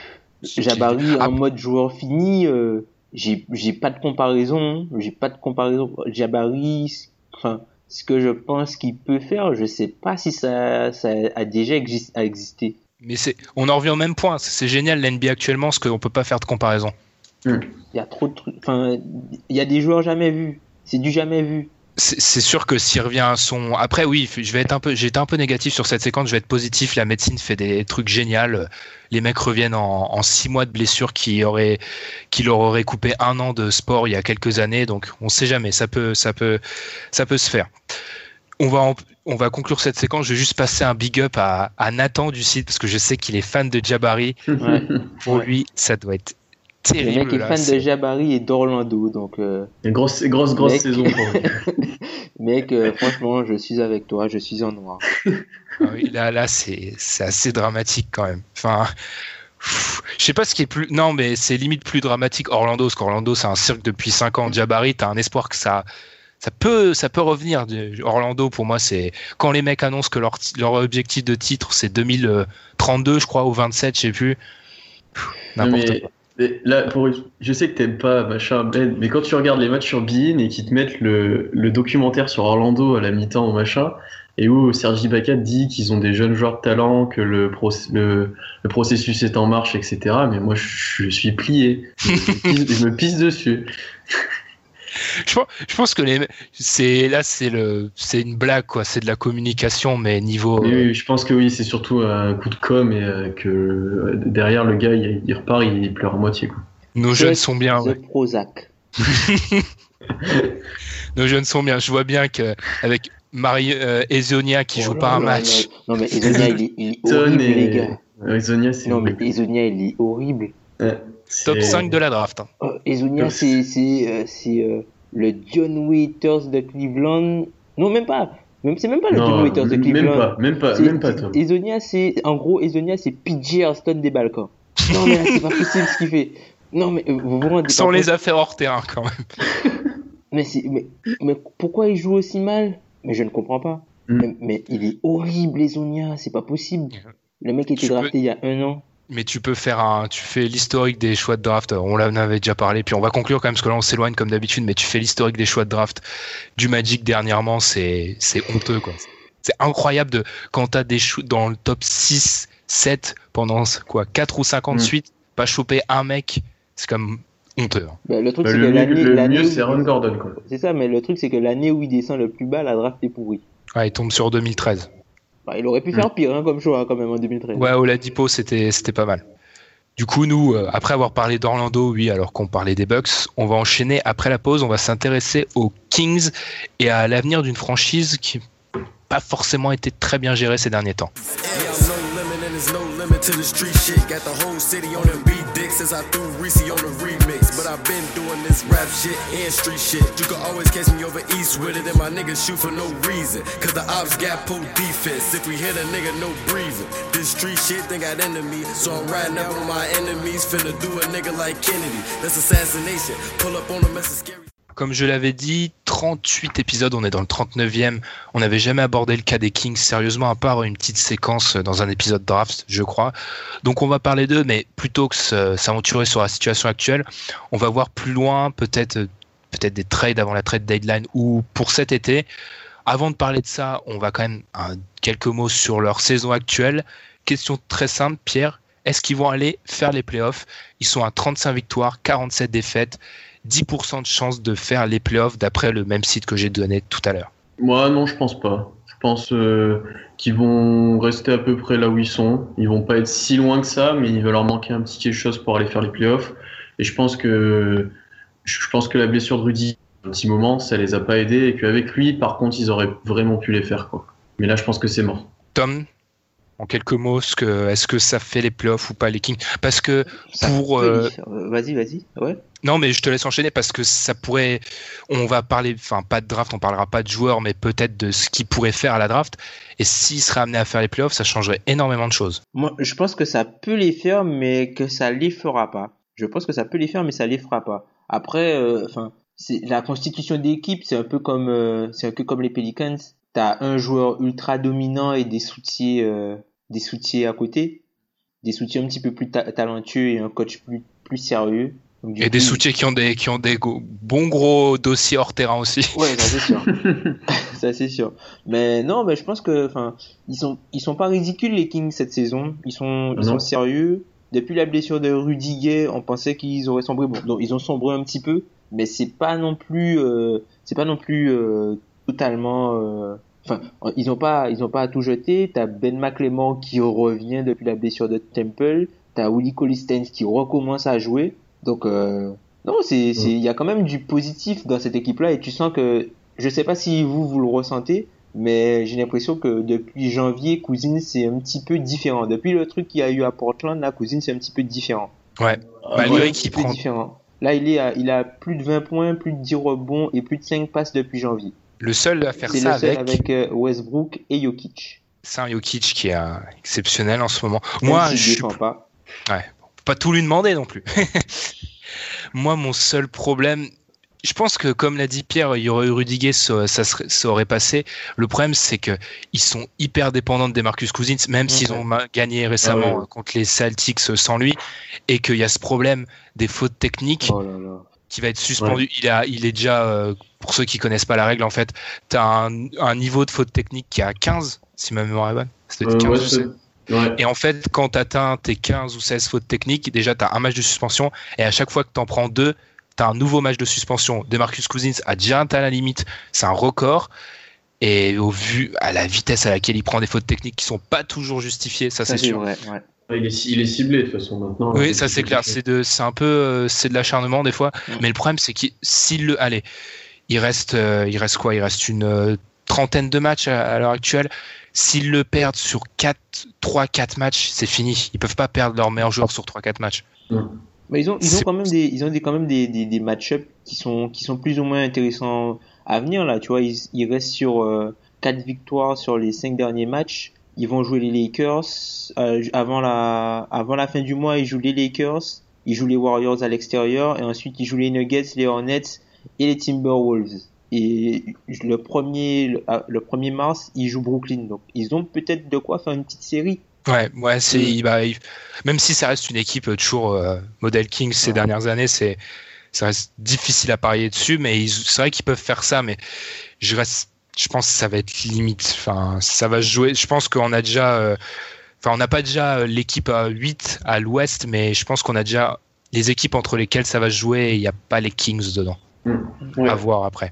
Jabari ah, en mode joueur fini. Euh... J'ai, j'ai pas de comparaison, j'ai pas de comparaison. Jabari, enfin, ce que je pense qu'il peut faire, je sais pas si ça, ça a déjà exi- a existé. Mais c'est, on en revient au même point. C'est génial l'N B A actuellement, parce qu'on peut pas faire de comparaison. Il y a trop de trucs, enfin, il y a des joueurs jamais vus. C'est du jamais vu. C'est, c'est sûr que s'il revient à son. Après, oui, je vais être un peu, j'ai été un peu négatif sur cette séquence. Je vais être positif. La médecine fait des trucs géniaux. Les mecs reviennent en, en six mois de blessure qui auraient, qui leur auraient coupé un an de sport il y a quelques années. Donc, on sait jamais. Ça peut, ça peut, ça peut se faire. On va, en, on va conclure cette séquence. Je vais juste passer un big up à, à Nathan du site parce que je sais qu'il est fan de Jabari. Ouais. Pour ouais. lui, ça doit être terrible. Le mec est là, fan c'est... de Jabari et d'Orlando, donc. Euh... Une grosse, grosse, grosse mec... saison pour lui. Mec, euh, franchement, je suis avec toi, je suis en noir. Ah oui, là, là, c'est, c'est assez dramatique quand même. Enfin, pff, je sais pas ce qui est plus. Non, mais c'est limite plus dramatique Orlando, parce qu'Orlando, c'est un cirque depuis cinq ans. Jabari, t'as un espoir que ça, ça peut, ça peut revenir. Orlando, pour moi, c'est quand les mecs annoncent que leur, leur objectif de titre, c'est deux mille trente-deux, je crois, ou vingt-sept, je sais plus. Pff, n'importe mais... quoi. Mais là, pour, je sais que t'aimes pas machin, Ben, mais quand tu regardes les matchs sur Bein et qu'ils te mettent le, le documentaire sur Orlando à la mi-temps au machin, et où Serge Ibaka dit qu'ils ont des jeunes joueurs de talent, que le, proc- le, le processus est en marche, et cetera. Mais moi, je, je suis plié. Je me pisse, je me pisse dessus. Je pense, je pense que les, c'est là, c'est le, c'est une blague quoi. C'est de la communication, mais niveau. Oui, oui, je pense que oui, c'est surtout un coup de com et euh, que euh, derrière le gars, il, il repart, il pleure à moitié quoi. Nos jeunes sont bien. The Ouais. Prozac. Nos jeunes sont bien. Je vois bien que avec Marie euh, Ezonia qui Oh joue là pas un là match. là. Non mais Ezonia il est, il est Ton horrible et... les gars. Ezonia, c'est Non mais horrible. Ezonia il est horrible. Ouais, Top c'est- cinq de la draft. Hein. Oh, Ezonia c'est c'est euh, c'est euh, le Dion Waiters de Cleveland. Non même pas. Même c'est même pas le Non, Dion Waiters de Cleveland. même pas, même pas, C'est- même pas, Tom. Ezonia c'est en gros Ezonia c'est P J Alston des Balkans. Non mais là, c'est pas possible ce qu'il fait. Non mais euh, vous vous rendez Sans pas les compte. affaires hors terrain quand même. Mais, c'est- mais, mais pourquoi il joue aussi mal? Mais je ne comprends pas. Mm. Mais, mais il est horrible, Ezonia, c'est pas possible. Le mec était Tu peux- drafté il y a un an. Mais tu peux faire un, tu fais l'historique des choix de draft. On en avait déjà parlé, puis on va conclure quand même parce que là on s'éloigne comme d'habitude. Mais tu fais l'historique des choix de draft du Magic dernièrement, c'est c'est honteux quoi. C'est incroyable de quand t'as des choix dans le top six, sept pendant quoi quatre ou cinq ans de Mm. suite, pas choper un mec, c'est comme honteux. Hein. Bah, le truc, Bah, c'est le que mieux, l'année. le l'année mieux, où- c'est Aaron Gordon quoi. C'est ça, mais le truc, c'est que l'année où il descend le plus bas, la draft est pourrie. Ouais, il tombe sur deux mille treize. Bah, il aurait pu faire pire hein, comme choix hein, quand même en deux mille treize. Ouais, Oladipo, c'était c'était pas mal. Du coup, nous, euh, après avoir parlé d'Orlando, oui, alors qu'on parlait des Bucks, on va enchaîner après la pause. On va s'intéresser aux Kings et à l'avenir d'une franchise qui n'a pas forcément été très bien gérée ces derniers temps. Yeah, I'm no limit and there's no limit to the street shit. Got the whole city on them beat dicks as I threw Reese on the remix. But I've been doing this rap shit and street shit. You can always catch me over east with it and my niggas shoot for no reason. Cause the ops got pull defense. If we hit a nigga, no breathing. This street shit think got into me. So I'm riding up on my enemies. Finna do a nigga like Kennedy. That's assassination. Pull up on them, that's a scary. Comme je l'avais dit, trente-huit épisodes, on est dans le trente-neuvième. On n'avait jamais abordé le cas des Kings sérieusement, à part une petite séquence dans un épisode draft, je crois. Donc on va parler d'eux, mais plutôt que se- s'aventurer sur la situation actuelle, on va voir plus loin, peut-être peut-être des trades avant la trade deadline ou pour cet été. Avant de parler de ça, on va quand même un, quelques mots sur leur saison actuelle. Question très simple, Pierre, est-ce qu'ils vont aller faire les playoffs? Ils sont à trente-cinq victoires, quarante-sept défaites. dix pour cent de chance de faire les playoffs d'après le même site que j'ai donné tout à l'heure. Moi, non, je pense pas. Je pense euh, qu'ils vont rester à peu près là où ils sont. Ils vont pas être si loin que ça, mais il va leur manquer un petit quelque chose pour aller faire les playoffs. Et je pense que je pense que la blessure de Rudy, un petit moment, ça les a pas aidés et qu'avec lui, par contre, ils auraient vraiment pu les faire, quoi. Mais là, je pense que c'est mort. Tom, en quelques mots, est-ce que, est-ce que ça fait les playoffs ou pas les Kings? Parce que Ça pour... peut euh, y faire. Euh, Vas-y, vas-y. Ouais. Non, mais je te laisse enchaîner parce que ça pourrait... On va parler, enfin pas de draft, on parlera pas de joueurs, mais peut-être de ce qu'ils pourraient faire à la draft. Et s'ils seraient amenés à faire les playoffs, ça changerait énormément de choses. Moi, je pense que ça peut les faire, mais que ça les fera pas. Je pense que ça peut les faire, mais ça les fera pas. Après, enfin, c'est la constitution d'équipe, c'est un peu comme, euh, c'est un peu comme les Pelicans. T'as un joueur ultra dominant et des soutiers, euh, des soutiers à côté, des soutiers un petit peu plus ta- talentueux et un coach plus plus sérieux. Donc, du Et coup, des soutiers qui ont des, qui ont des go- bons gros dossiers hors terrain aussi. Ouais, ça c'est sûr. Ça c'est sûr. Mais non, mais je pense que, enfin, ils sont, ils sont pas ridicules les Kings cette saison. Ils sont, ils Non. sont sérieux. Depuis la blessure de Rudy Gay, on pensait qu'ils auraient sombré. Bon, donc ils ont sombré un petit peu, mais c'est pas non plus, euh, c'est pas non plus euh, totalement. euh, Enfin, ils ont pas, ils ont pas à tout jeter. T'as Ben McLemore qui revient depuis la blessure de Temple. T'as Willie Cauley-Stein qui recommence à jouer. Donc euh, non, c'est, c'est, il y a quand même du positif dans cette équipe-là et tu sens que, je sais pas si vous vous le ressentez, mais j'ai l'impression que depuis janvier, Cousins c'est un petit peu différent. Depuis le truc qu'il y a eu à Portland, là, Cousins c'est un petit peu différent. Ouais. Ah, Malgré ouais. Un qu'il petit peu prend... différent. Là, il est à, il a plus de vingt points, plus de dix rebonds et plus de cinq passes depuis janvier. Le seul à faire C'est ça le seul avec, avec euh, Westbrook et Jokic. c'est un Jokic qui est euh, exceptionnel en ce moment. Même Moi, s'il je suis défend pas. Ouais, faut pas tout lui demander non plus. Moi, mon seul problème, je pense que comme l'a dit Pierre, il y aurait eu Rudiger, ça, ça, serait, ça aurait passé. Le problème, c'est que ils sont hyper dépendants de Demarcus Cousins, même Ouais. s'ils ont ma- gagné récemment Ah ouais. contre les Celtics sans lui. et qu'il y a ce problème des fautes techniques Oh là là. qui va être suspendu. Ouais. Il, a, il est déjà, euh, pour ceux qui connaissent pas la règle, en fait, tu as un, un niveau de faute technique qui est à quinze, si ma mémoire est bonne. C'est euh, quinze ouais, ou seize. Ouais. Et en fait, quand tu atteins tes quinze ou seize fautes techniques, déjà tu as un match de suspension, et à chaque fois que tu en prends deux, tu as un nouveau match de suspension. DeMarcus Cousins a déjà atteint la limite, c'est un record. Et au vu à la vitesse à laquelle il prend des fautes techniques qui sont pas toujours justifiées, ça, ça c'est sûr. Vrai, ouais. Il est, il est ciblé de toute façon maintenant. Oui, là, ça c'est clair. C'est, de, c'est un peu euh, c'est de l'acharnement des fois. Ouais. Mais le problème c'est qu'il s'il le allez, il reste euh, il reste quoi Il reste une euh, trentaine de matchs à, à l'heure actuelle. S'ils le perdent sur quatre, trois quatre matchs, c'est fini. Ils peuvent pas perdre leur meilleur joueur sur trois quatre matchs. Ouais. Mais ils ont ils ont quand même des ils ont des quand même des des, des match-ups qui sont qui sont plus ou moins intéressants à venir là. Tu vois, ils, ils restent sur euh, quatre victoires sur les cinq derniers matchs. Ils vont jouer les Lakers euh, avant la avant la fin du mois. Ils jouent les Lakers, ils jouent les Warriors à l'extérieur et ensuite ils jouent les Nuggets, les Hornets et les Timberwolves. Et le premier le, le premier mars, ils jouent Brooklyn. Donc ils ont peut-être de quoi faire une petite série. Ouais, ouais, c'est mmh. bah, il, même si ça reste une équipe toujours euh, modèle Kings ces ouais. dernières années, c'est ça reste difficile à parier dessus, mais ils, c'est vrai qu'ils peuvent faire ça, mais je reste je pense que ça va être limite. Enfin, ça va jouer. Je pense qu'on a déjà. Euh, enfin, on n'a pas déjà l'équipe à huit à l'ouest, mais je pense qu'on a déjà les équipes entre lesquelles ça va se jouer et il n'y a pas les Kings dedans. Mmh. Ouais. À voir après.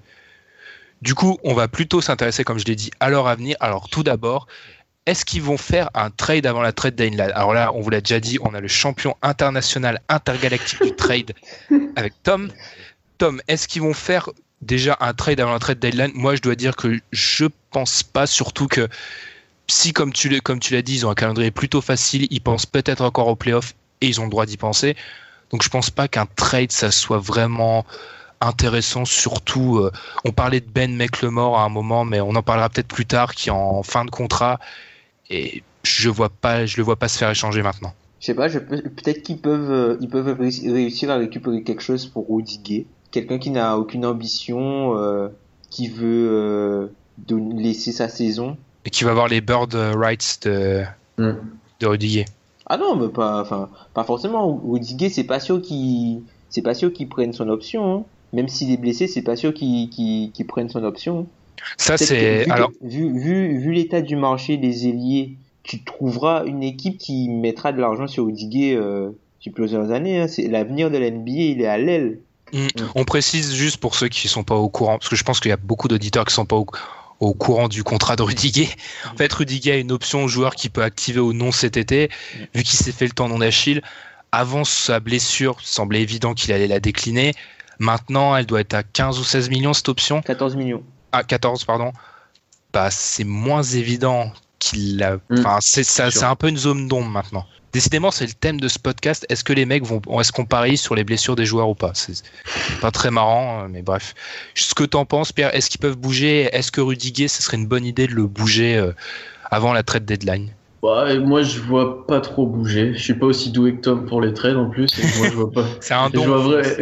Du coup, on va plutôt s'intéresser, comme je l'ai dit, à leur avenir. Alors, tout d'abord, est-ce qu'ils vont faire un trade avant la trade deadline ? Alors là, on vous l'a déjà dit, on a le champion international intergalactique du trade avec Tom. Tom, est-ce qu'ils vont faire déjà un trade avant la trade deadline? Moi, je dois dire que je pense pas, surtout que si, comme tu, comme tu l'as dit, ils ont un calendrier plutôt facile, ils pensent peut-être encore aux playoffs et ils ont le droit d'y penser. Donc, je pense pas qu'un trade, ça soit vraiment intéressant. Surtout, euh, on parlait de Ben McLemore à un moment, mais on en parlera peut-être plus tard, qui est en fin de contrat et je vois pas, je le vois pas se faire échanger maintenant. Je sais pas, je peux, peut-être qu'ils peuvent, euh, ils peuvent réussir à récupérer quelque chose pour Rudy Gay. Quelqu'un qui n'a aucune ambition, euh, qui veut euh, de laisser sa saison. Et qui va avoir les bird rights de, mm. de Rudy Gay. Ah non, mais pas, enfin, pas forcément. Rudy Gay, c'est pas sûr qu'il, c'est pas sûr qu'il prenne son option. Hein. Même s'il est blessé, c'est pas sûr qu'il, qu'il, qu'il prenne son option. Ça, peut-être c'est. Que, vu, alors... que, vu, vu, vu l'état du marché des ailiers, tu trouveras une équipe qui mettra de l'argent sur Rudy Gay euh, sur plusieurs années. Hein. C'est, l'avenir de la N B A, il est à l'aile. Mmh. On précise juste pour ceux qui sont pas au courant, parce que je pense qu'il y a beaucoup d'auditeurs qui sont pas au, au courant du contrat de Rudy Gay. En fait, Rudy Gay a une option au joueur qui peut activer ou non cet été, vu qu'il s'est fait le tendon d'Achille. Avant sa blessure, il semblait évident qu'il allait la décliner. Maintenant, elle doit être à quinze ou seize millions cette option. quatorze millions. Ah, quatorze, pardon. Bah, c'est moins évident qu'il l'a. Enfin, mmh. c'est, ça, c'est un peu une zone d'ombre maintenant. Décidément, c'est le thème de ce podcast. Est-ce que les mecs vont, est-ce qu'on parie sur les blessures des joueurs ou pas ? C'est pas très marrant, mais bref. Ce que t'en penses, Pierre, est-ce qu'ils peuvent bouger ? Est-ce que Rudy Gay, ce serait une bonne idée de le bouger euh, avant la trade deadline ? Bah, moi, je vois pas trop bouger. Je suis pas aussi doué que Tom pour les trades en plus. Et moi, je vois pas. C'est un don. Je vois vrai...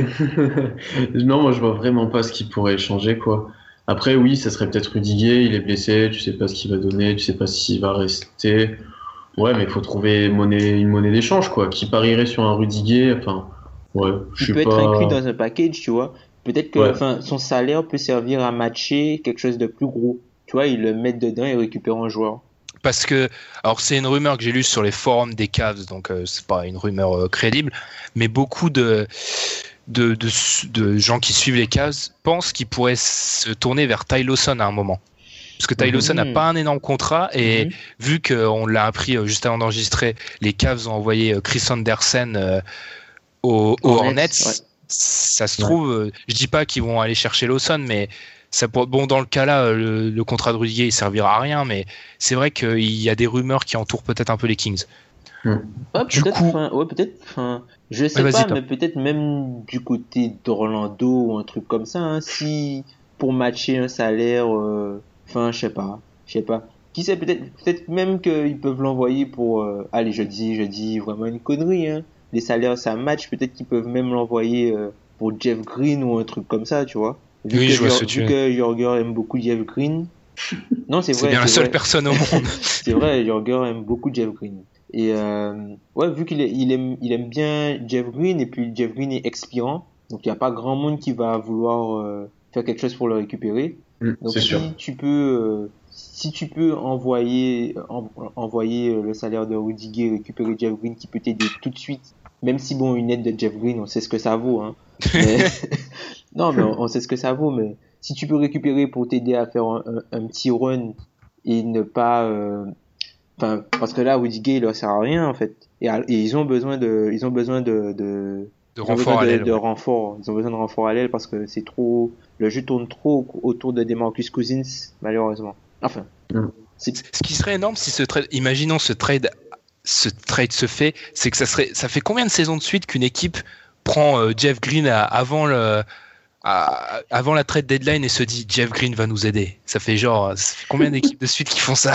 non, moi, je vois vraiment pas ce qui pourrait changer, quoi. Après, oui, ça serait peut-être Rudy Gay. Il est blessé. Tu sais pas ce qu'il va donner. Tu sais pas s'il va rester. Ouais, mais il faut trouver monnaie, une monnaie d'échange, quoi. Qui parierait sur un Rudy Gay, enfin, ouais, je sais pas. Il peut être inclus dans un package, tu vois. Peut-être que, enfin, ouais. Son salaire peut servir à matcher quelque chose de plus gros. Tu vois, ils le mettent dedans et récupèrent un joueur. Parce que, alors c'est une rumeur que j'ai lue sur les forums des Cavs, donc euh, c'est pas une rumeur euh, crédible, mais beaucoup de, de, de, de gens qui suivent les Cavs pensent qu'ils pourraient se tourner vers Ty Lawson à un moment. Parce que Ty Lawson n'a mmh. pas un énorme contrat et mmh. vu qu'on l'a appris euh, juste avant d'enregistrer, les Cavs ont envoyé euh, Chris Andersen euh, aux, aux Hornets. Ouais. Ça se trouve, euh, je dis pas qu'ils vont aller chercher Lawson, mais ça pour... bon dans le cas là, le, le contrat de Rudy Gay il servira à rien, mais c'est vrai qu'il y a des rumeurs qui entourent peut-être un peu les Kings. Mmh. Ouais, du peut-être, coup, ouais, peut-être. Je sais ouais, pas, mais peut-être même du côté d'Orlando ou un truc comme ça, hein, si pour matcher un salaire. Euh... Enfin, je sais pas, je sais pas. Qui sait, peut-être, peut-être même qu'ils peuvent l'envoyer pour. Euh... Allez, je dis, je dis vraiment une connerie. Hein. Les salaires, ça match. Peut-être qu'ils peuvent même l'envoyer euh, pour Jeff Green ou un truc comme ça, tu vois. Vu oui, que, je vois Jor- ce que vu que Jorger aime beaucoup Jeff Green. Non, c'est, c'est vrai. Bien c'est la seule vrai. personne au monde. C'est vrai, Jorger aime beaucoup Jeff Green. Et euh, ouais, vu qu'il est, il aime, il aime bien Jeff Green, et puis Jeff Green est expirant, donc il n'y a pas grand monde qui va vouloir euh, faire quelque chose pour le récupérer. Mmh, donc c'est si sûr. tu peux, euh, si tu peux envoyer, en, envoyer le salaire de Rudy Gay, récupérer Jeff Green qui peut t'aider tout de suite, même si bon, une aide de Jeff Green, on sait ce que ça vaut, hein. Mais... non, mais on, on sait ce que ça vaut, mais si tu peux récupérer pour t'aider à faire un, un, un petit run et ne pas, euh, enfin, parce que là, Rudy Gay, il leur sert à rien, en fait. Et, et ils ont besoin de, ils ont besoin de, de, de renfort à l'aile. De, de renfort. Ils ont besoin de renfort à l'aile parce que c'est trop, le jeu tourne trop autour de DeMarcus Cousins, malheureusement. Enfin. Mm. C'est... Ce qui serait énorme si ce trade, imaginons ce trade, ce trade se fait, c'est que ça serait, ça fait combien de saisons de suite qu'une équipe prend euh, Jeff Green à, avant le, à, avant la trade deadline et se dit Jeff Green va nous aider. Ça fait genre, ça fait combien d'équipes de suite qui font ça?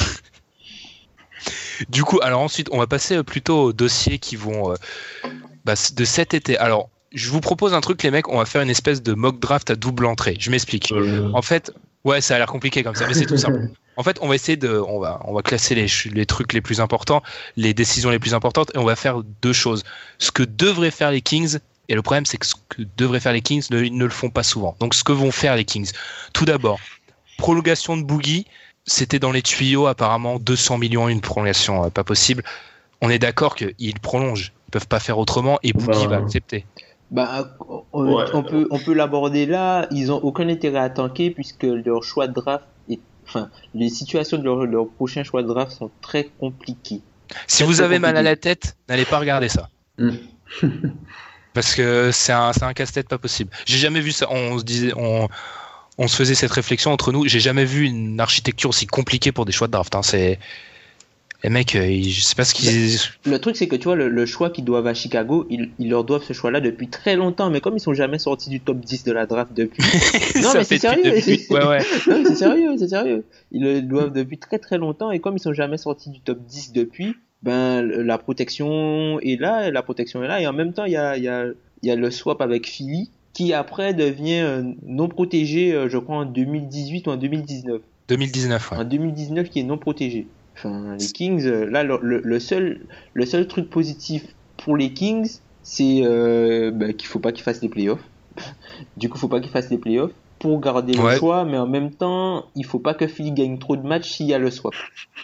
Du coup, alors ensuite, on va passer plutôt aux dossiers qui vont euh, bah, de cet été. Alors, je vous propose un truc, les mecs, on va faire une espèce de mock draft à double entrée. Je m'explique. Euh... En fait, ouais, ça a l'air compliqué comme ça, mais c'est tout simple. En fait, on va essayer de, on va, on va classer les, les trucs les plus importants, les décisions les plus importantes, et on va faire deux choses. Ce que devraient faire les Kings, et le problème, c'est que ce que devraient faire les Kings, ils ne le font pas souvent. Donc, ce que vont faire les Kings, tout d'abord, prolongation de Boogie. C'était dans les tuyaux, apparemment, deux cents millions, une prolongation, euh, pas possible. On est d'accord qu'ils prolongent. Ils peuvent pas faire autrement et Boogie bah, va accepter. Bah, on, ouais. on peut, on peut l'aborder là. Ils ont aucun intérêt à tanker puisque leur choix de draft est, enfin, les situations de leur, leur prochain choix de draft sont très compliquées. Si très, vous très avez compliqué. Mal à la tête, n'allez pas regarder ça. Mm. Parce que c'est un, c'est un casse-tête pas possible. J'ai jamais vu ça. On se disait, on, On se faisait cette réflexion entre nous. J'ai jamais vu une architecture aussi compliquée pour des choix de draft. Hein. C'est les mecs, ils... je sais pas ce qu'ils. Le, le truc, c'est que tu vois, le, le choix qu'ils doivent à Chicago, ils, ils leur doivent ce choix-là depuis très longtemps. Mais comme ils sont jamais sortis du top dix de la draft depuis. non, mais c'est sérieux. Depuis... Ouais, ouais. non, mais c'est sérieux, c'est sérieux. Ils le doivent depuis très très longtemps. Et comme ils sont jamais sortis du top dix depuis, ben la protection est là, la protection est là. Et en même temps, il y a, il y a, il y a le swap avec Philly, qui après devient euh, non protégé, euh, je crois, en deux mille dix-huit ou en deux mille dix-neuf. deux mille dix-neuf, ouais. En deux mille dix-neuf, qui est non protégé. Enfin, les Kings, euh, là, le, le, le, seul, le seul truc positif pour les Kings, c'est euh, bah, qu'il faut pas qu'ils fassent les playoffs. Du coup, il faut pas qu'ils fassent les playoffs pour garder ouais. le choix, mais en même temps, il faut pas que Philly gagne trop de matchs s'il y a le swap.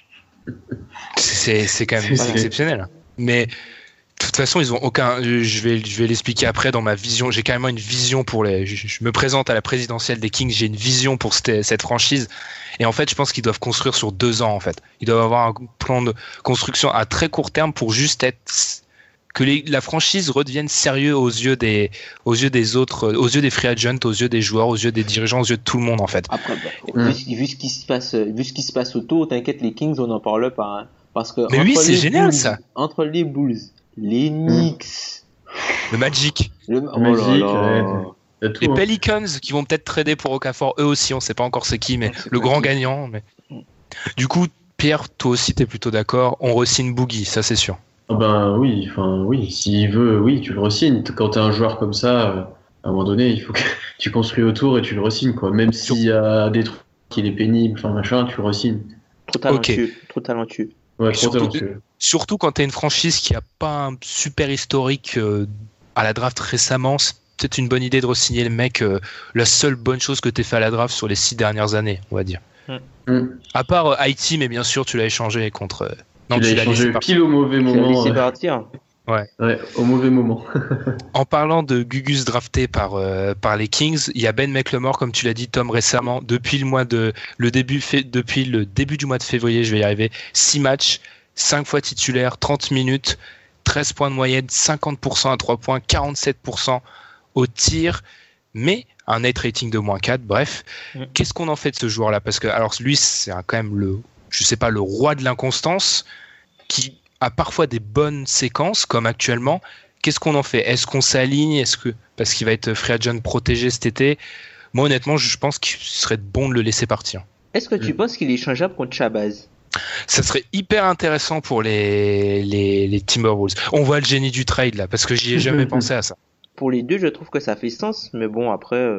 C'est, c'est quand même c'est exceptionnel. Mais... De toute façon, ils ont aucun. Je vais, je vais l'expliquer après dans ma vision. J'ai carrément une vision pour les. Je, je me présente à la présidentielle des Kings. J'ai une vision pour cette, cette franchise. Et en fait, je pense qu'ils doivent construire sur deux ans. En fait, ils doivent avoir un plan de construction à très court terme pour juste être que les, la franchise redevienne sérieux aux yeux des, aux yeux des autres, aux yeux des free agents, aux yeux des joueurs, aux yeux des dirigeants, aux yeux de tout le monde en fait. Après, bah, mmh. vu, vu ce qui se passe, vu ce qui se passe autour, t'inquiète, les Kings, on en parle pas, hein, parce que. Mais oui, c'est génial Bulls, ça. Entre les Bulls. Les Knicks, le Magic, le oh Magic, là là. Ouais, les Pelicans qui vont peut-être trader pour Okafor, eux aussi, on sait pas encore c'est qui, mais c'est le grand qui. gagnant. Mais... Du coup, Pierre, toi aussi, t'es plutôt d'accord. On re-signe Boogie, ça c'est sûr. Ah ben oui, enfin oui, s'il veut, oui, tu le re-signes. Quand t'es un joueur comme ça, à un moment donné, il faut que tu construis autour et tu le re-signes, quoi. Même s'il y a des trucs qu'il est pénible, enfin machin, tu le re-signes. Trop talentueux, okay. trop talentueux. Ouais, surtout, surtout quand t'es une franchise qui a pas un super historique euh, à la draft récemment, c'est peut-être une bonne idée de re-signer le mec. Euh, la seule bonne chose que t'aies fait à la draft sur les six dernières années, on va dire. Mm. À part euh, Haïti, mais bien sûr, tu l'as échangé contre. Euh, non, tu, tu l'as échangé pile au mauvais moment. Tu l'as laissé partir. Ouais. ouais, au mauvais moment. En parlant de Gugus drafté par euh, par les Kings, il y a Ben McLemore, comme tu l'as dit, Tom, récemment, depuis le mois de le début fait depuis le début du mois de février, je vais y arriver. six matchs, cinq fois titulaire, trente minutes, treize points de moyenne, cinquante pour cent à trois points, quarante-sept pour cent au tir, mais un net rating de moins quatre. Bref, mmh. Qu'est-ce qu'on en fait de ce joueur-là? Parce que alors lui, c'est quand même le, je sais pas, le roi de l'inconstance qui a parfois des bonnes séquences, comme actuellement. Qu'est-ce qu'on en fait? Est-ce qu'on s'aligne? Est-ce que parce qu'il va être free agent protégé cet été? Moi, honnêtement, je pense qu'il serait bon de le laisser partir. Est-ce que tu mmh. penses qu'il est changeable contre Shabazz? Ça serait hyper intéressant pour les, les, les Timberwolves. On voit le génie du trade là, parce que j'y ai jamais pensé à ça. Pour les deux, je trouve que ça fait sens, mais bon, après... Euh...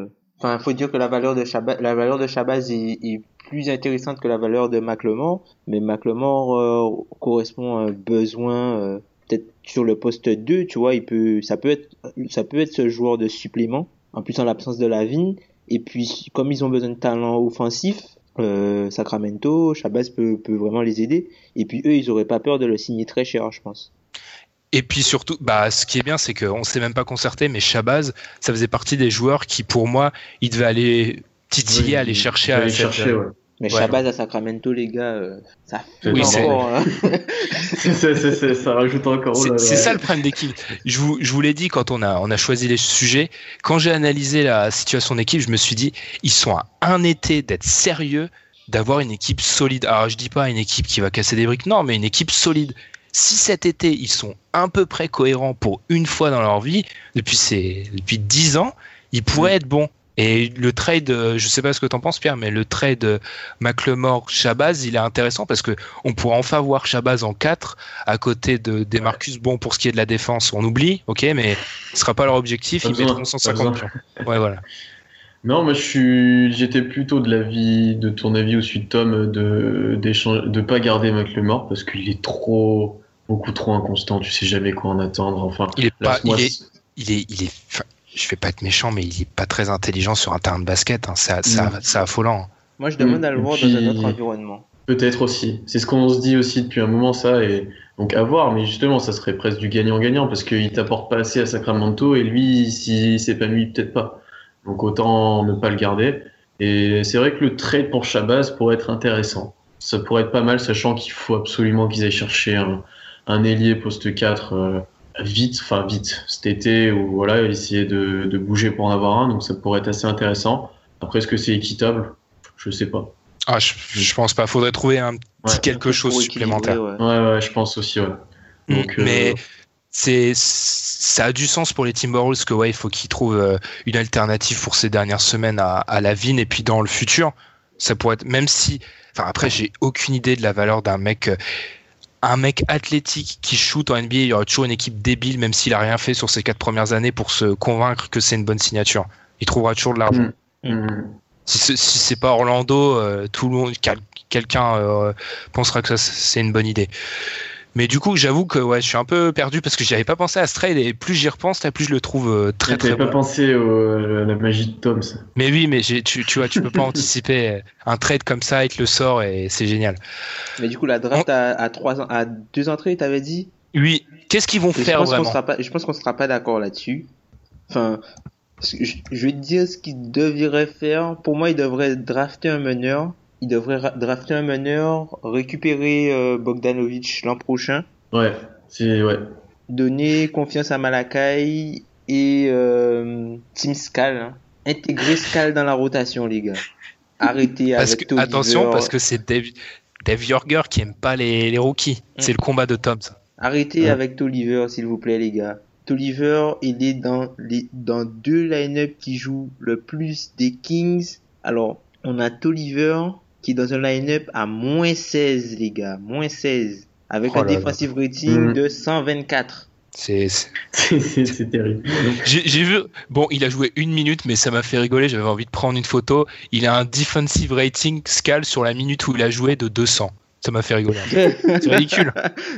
Enfin, faut dire que la valeur de Shabazz, la valeur de Shabazz est, est plus intéressante que la valeur de McLemore, mais McLemore euh, correspond à un besoin euh, peut-être sur le poste deux, tu vois, il peut, ça peut être, ça peut être ce joueur de supplément, en plus en l'absence de Lavine, et puis comme ils ont besoin de talent offensif, euh, Sacramento, Shabazz peut, peut vraiment les aider, et puis eux, ils auraient pas peur de le signer très cher, je pense. Et puis surtout, bah, ce qui est bien, c'est qu'on s'est même pas concerté, mais Shabazz, ça faisait partie des joueurs qui, pour moi, ils devaient aller titiller, oui, aller chercher à aller chercher, ouais. Mais ouais, Shabazz à Sacramento, les gars, euh, ça fait oui, encore. Hein. c'est, c'est, c'est, ça rajoute encore. C'est, là, c'est ouais. ça le problème d'équipe. Je vous, je vous l'ai dit quand on a, on a choisi les sujets. Quand j'ai analysé la situation d'équipe, je me suis dit, ils sont à un été d'être sérieux, d'avoir une équipe solide. Alors, je dis pas une équipe qui va casser des briques, non, mais une équipe solide. Si cet été, ils sont à peu près cohérents pour une fois dans leur vie, depuis, ces, depuis dix ans, ils pourraient être bons. Et le trade, je sais pas ce que t'en penses, Pierre, mais le trade McLemore-Shabazz, il est intéressant parce que on pourra enfin voir Shabazz en quatre à côté de Demarcus. Bon, pour ce qui est de la défense, on oublie, ok, mais ce sera pas leur objectif, pas ils besoin, mettront cent cinquante points. Ouais, voilà. Non, moi je suis, j'étais plutôt de l'avis, de ton avis au sud Tom, de de pas garder McLemore parce qu'il est trop, beaucoup trop inconstant. Tu sais jamais quoi en attendre. Enfin, il est là, pas, il est, il est, il est, enfin, je vais pas être méchant, mais il est pas très intelligent sur un terrain de basket. Hein. C'est, c'est, mmh. c'est affolant. Moi, je demande mmh. à le voir puis, dans un autre environnement. Peut-être aussi. C'est ce qu'on se dit aussi depuis un moment, ça. Et donc à voir, mais justement, ça serait presque du gagnant-gagnant parce qu'il t'apporte pas assez à Sacramento et lui, s'il s'épanouit, peut-être pas. Donc autant ne pas le garder. Et c'est vrai que le trade pour Shabazz pourrait être intéressant. Ça pourrait être pas mal, sachant qu'il faut absolument qu'ils aillent chercher un, un ailier poste quatre euh, vite, enfin vite, cet été, ou voilà, essayer de, de bouger pour en avoir un. Donc ça pourrait être assez intéressant. Après, est-ce que c'est équitable ? Je sais pas. Ah, je, je pense pas. Faudrait trouver un petit ouais. quelque chose supplémentaire. Ouais. ouais, ouais, je pense aussi, ouais. Donc, mais... Euh... C'est, ça a du sens pour les Timberwolves que ouais, il faut qu'ils trouvent euh, une alternative pour ces dernières semaines à, à Lavine et puis dans le futur, ça pourrait être, même si, enfin après j'ai aucune idée de la valeur d'un mec, euh, un mec athlétique qui shoot en N B A, il y aura toujours une équipe débile même s'il a rien fait sur ses quatre premières années pour se convaincre que c'est une bonne signature. Il trouvera toujours de l'argent. Mmh. Mmh. Si, c'est, si c'est pas Orlando, euh, tout le monde, quel, quelqu'un euh, pensera que ça c'est une bonne idée. Mais du coup, j'avoue que ouais, je suis un peu perdu parce que j'y avais pas pensé à ce trade et plus j'y repense, plus je le trouve euh, très très bon. T'avais pas pensé au, à la magie de Tom, ça. Mais oui, mais j'ai, tu, tu vois, tu peux pas anticiper un trade comme ça, il te le sort et c'est génial. Mais du coup, la draft On... à, à trois ans, à deux entrées, t'avais dit ? Oui. Qu'est-ce qu'ils vont et faire je pense vraiment qu'on sera pas, Je pense qu'on sera pas d'accord là-dessus. Enfin, je, je vais te dire ce qu'ils devraient faire. Pour moi, ils devraient drafter un meneur. Il devrait ra- drafter un meneur, récupérer euh, Bogdanovic l'an prochain. Ouais, c'est ouais. Donner confiance à Malakai et euh, Tim Skal. Hein. Intégrer Skal dans la rotation, les gars. Arrêtez parce avec que, attention, parce que c'est Dave, Dave Yorger qui aime pas les, les rookies. Mmh. C'est le combat de Tom, ça. Arrêtez mmh. avec Tolliver, s'il vous plaît, les gars. Tolliver, il est dans les dans deux line-up qui jouent le plus des Kings. Alors, on a Tolliver qui est dans un line-up à moins seize, les gars. Moins seize. Avec oh un defensive là. rating mmh. de cent vingt-quatre. C'est, c'est... c'est, c'est, c'est terrible. J'ai, j'ai vu, bon, il a joué une minute, mais ça m'a fait rigoler. J'avais envie de prendre une photo. Il a un defensive rating Skal sur la minute où il a joué de deux cents. Ça m'a fait rigoler. C'est ridicule.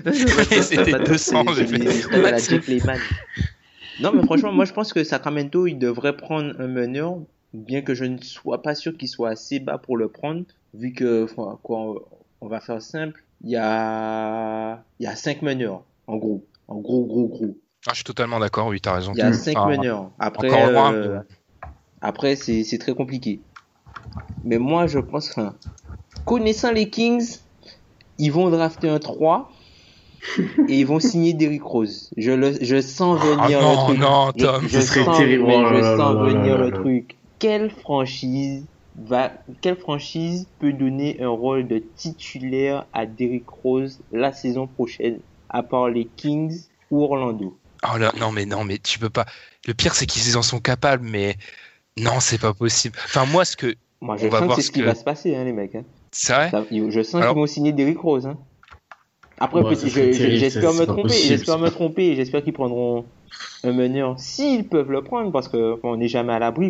C'était deux cents. J'ai fait... Non, mais franchement, moi, je pense que Sacramento, il devrait prendre un meneur. Bien que je ne sois pas sûr qu'il soit assez bas pour le prendre, vu que, quoi, on va faire simple, il y a, il y a cinq meneurs, en gros. En gros, gros, gros. Ah, je suis totalement d'accord, oui, t'as raison. Il y a cinq ah, meneurs. Après, encore loin, euh, mais... après, c'est, c'est très compliqué. Mais moi, je pense que, enfin, connaissant les Kings, ils vont drafter un trois et ils vont signer Derrick Rose. Je le, je sens venir ah, non, le truc. Non, Tom, je, je serait sens, terrible. Mais je sens venir le truc. Quelle franchise va, quelle franchise peut donner un rôle de titulaire à Derrick Rose la saison prochaine, à part les Kings ou Orlando? Oh là, non mais non mais tu peux pas. Le pire c'est qu'ils en sont capables, mais non c'est pas possible. Enfin moi ce que moi je on sens va que c'est ce que... qui va se passer hein, les mecs. Hein. C'est vrai. Ça, je sens Alors... qu'ils vont signer Derrick Rose. Hein. Après ouais, je, je, j'espère me tromper, possible, j'espère me tromper, j'espère qu'ils prendront un meneur s'ils peuvent le prendre parce que on n'est jamais à l'abri quoi.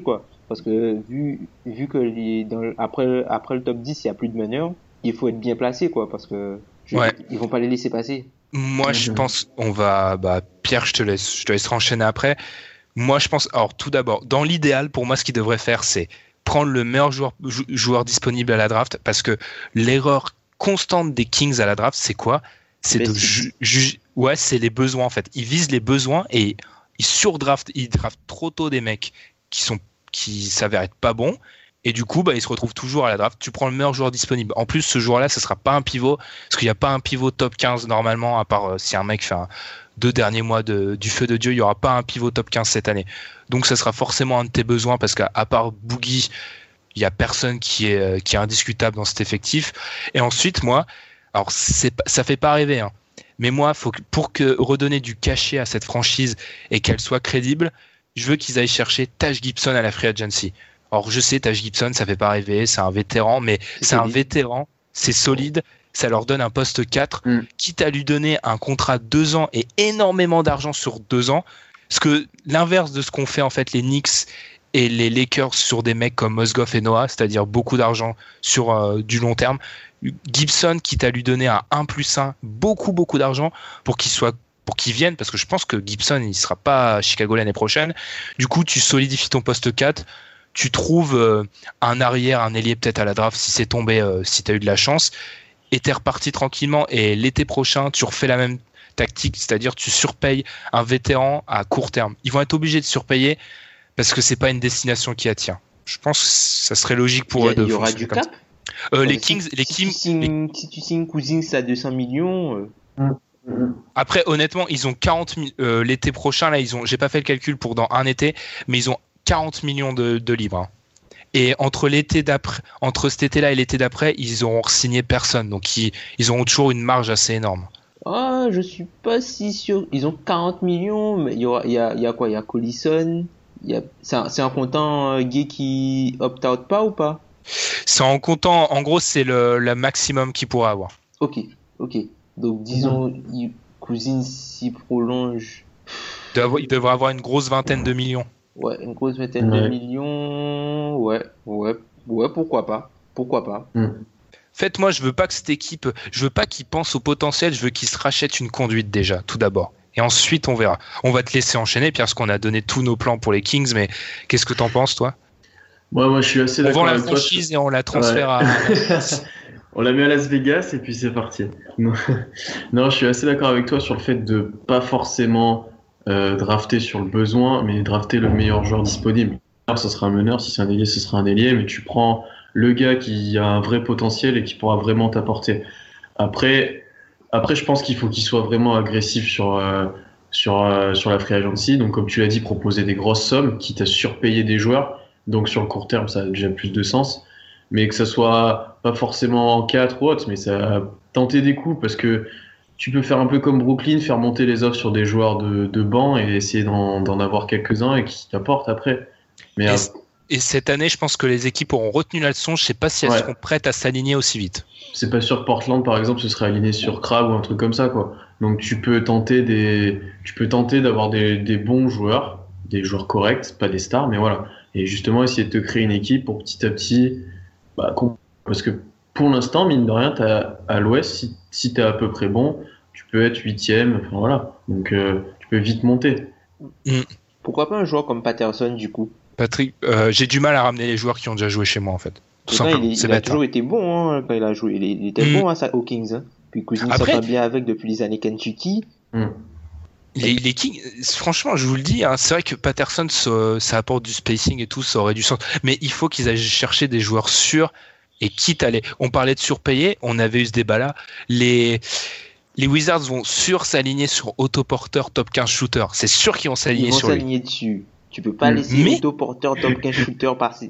Parce que vu, vu que les, dans, le- après, après le top dix, il n'y a plus de meneurs, il faut être bien placé, quoi, parce que je, Ouais. ils vont pas les laisser passer. Moi, je pense, on va, bah, Pierre, je te laisse, je te laisse enchaîner après. Moi, je pense, alors tout d'abord, dans l'idéal, pour moi, ce qu'il devrait faire, c'est prendre le meilleur joueur, jou- joueur disponible à la draft, parce que l'erreur constante des Kings à la draft, c'est quoi? C'est de Best ju- ju- ouais, c'est les besoins en fait. Ils visent les besoins et ils surdraftent, ils draftent trop tôt des mecs qui sont, qui s'avèrent être pas bons. Et du coup, bah, ils se retrouvent toujours à la draft. Tu prends le meilleur joueur disponible. En plus, ce joueur-là, ce sera pas un pivot, parce qu'il n'y a pas un pivot top quinze normalement, à part euh, si un mec fait un, deux derniers mois de, du feu de Dieu, il y aura pas un pivot top quinze cette année. Donc, ça sera forcément un de tes besoins, parce qu'à à part Boogie, il y a personne qui est, euh, qui est indiscutable dans cet effectif. Et ensuite, moi, alors c'est, pas- ça fait pas rêver, hein, mais moi, faut que, pour que redonner du cachet à cette franchise et qu'elle soit crédible, je veux qu'ils aillent chercher Taj Gibson à la free agency. Alors je sais, Taj Gibson, ça fait pas rêver, c'est un vétéran, mais C'est c'est un solide. vétéran, c'est solide, ça leur donne un poste quatre, Mm. quitte à lui donner un contrat de deux ans et énormément d'argent sur deux ans, parce que l'inverse de ce qu'ont fait en fait les Knicks et les Lakers sur des mecs comme Mozgov et Noah, c'est-à-dire beaucoup d'argent sur euh, du long terme, Gibson, quitte à lui donner un un plus un, beaucoup beaucoup d'argent pour qu'il soit pour qu'il vienne, parce que je pense que Gibson il sera pas à Chicago l'année prochaine. Du coup, tu solidifies ton poste quatre, tu trouves euh, un arrière, un ailier peut-être à la draft si c'est tombé, euh, si tu as eu de la chance, et t'es reparti tranquillement, et l'été prochain, tu refais la même tactique, c'est-à-dire tu surpayes un vétéran à court terme. Ils vont être obligés de surpayer parce que c'est pas une destination qui attire. Je pense que ça serait logique pour Il y, a- eux de il y aura fonctionner du comme cap. ça. Euh, Ouais, les mais si- Kings, les si, Kings, tu signes, si tu signes Cousins à deux cents millions, euh, après, honnêtement, ils ont quarante mille euh, l'été prochain. Là, ils ont. J'ai pas fait le calcul pour dans un été, mais ils ont quarante millions de, de livres. hein. Et entre l'été d'après, entre cet été-là et l'été d'après, ils auront signé personne. Donc, ils, ils auront toujours une marge assez énorme. ah, je suis pas si sûr. Ils ont quarante millions, mais il y, aura, il y, a, il y a quoi? Il y a Collison. Il y a, c'est, un, c'est un comptant euh, gay qui opt-out pas ou pas? C'est en comptant. En gros, c'est le, le maximum qu'ils pourraient avoir. Ok, ok. Donc disons, il, Cousins s'y prolonge. Ils doivent- Ils devraient avoir une grosse vingtaine de millions. Ouais, une grosse vingtaine de Ouais. millions. Ouais, ouais, ouais, pourquoi pas? Pourquoi pas? Faites-moi, je veux pas que cette équipe, je veux pas qu'ils pensent au potentiel, je veux qu'ils se rachètent une conduite déjà, tout d'abord. Et ensuite, on verra. On va te laisser enchaîner, Pierre, parce qu'on a donné tous nos plans pour les Kings, mais qu'est-ce que t'en penses, toi? Moi, moi, je suis assez On d'accord vend la avec toi. franchise et on la transfère Ouais. à... On l'a mis à Las Vegas et puis c'est parti. Non, non, je suis assez d'accord avec toi sur le fait de pas forcément euh, drafter sur le besoin, mais drafter le meilleur joueur disponible. Alors, ce sera un meneur, si c'est un ailier, ce sera un ailier, mais tu prends le gars qui a un vrai potentiel et qui pourra vraiment t'apporter. Après, après, je pense qu'il faut qu'il soit vraiment agressif sur euh, sur euh, sur la free agency. Donc, comme tu l'as dit, proposer des grosses sommes, quitte à surpayer des joueurs. Donc, sur le court terme, ça a déjà plus de sens. Mais que ça soit pas forcément en quatre ou autre, mais ça tenter des coups, parce que tu peux faire un peu comme Brooklyn, faire monter les offres sur des joueurs de, de banc et essayer d'en, d'en avoir quelques-uns et qui t'apportent après. Mais Et, euh, et cette année, je pense que les équipes auront retenu la leçon. Je sais pas si elles Ouais. seront prêtes à s'aligner aussi vite. c'est pas sûr que Portland, par exemple, ce serait aligné sur Crabbe ou un truc comme ça, quoi. Donc tu peux tenter des, tu peux tenter d'avoir des, des bons joueurs, des joueurs corrects, pas des stars, mais voilà. Et justement, essayer de te créer une équipe pour petit à petit, bah, com- parce que pour l'instant, mine de rien, t'as, à l'Ouest, si, si t'es à peu près bon, tu peux être huitième, enfin voilà. Donc euh, tu peux vite monter. Pourquoi pas un joueur comme Patterson du coup? Patrick, euh, j'ai du mal à ramener les joueurs qui ont déjà joué chez moi, en fait. Tout Pourtant, simplement. il, est- C'est il a bête. toujours hein. été bon hein, quand il a joué. Il, est- il était Mm. bon hein, ça, aux Kings. Hein. Puis Cousins Après- s'entend bien avec depuis les années Kentucky. Hmm. Les, les Kings, franchement, je vous le dis, hein, c'est vrai que Patterson, ça, ça apporte du spacing et tout, ça aurait du sens. Mais il faut qu'ils aillent chercher des joueurs sûrs et quitte à les. On parlait de surpayer, on avait eu ce débat-là. Les, les Wizards vont sûr s'aligner sur autoporteur top quinze shooter. C'est sûr qu'ils vont Ils s'aligner vont sur lui. s'aligner dessus. Tu peux pas Mm. laisser Mais- autoporteur top quinze shooter par-ci.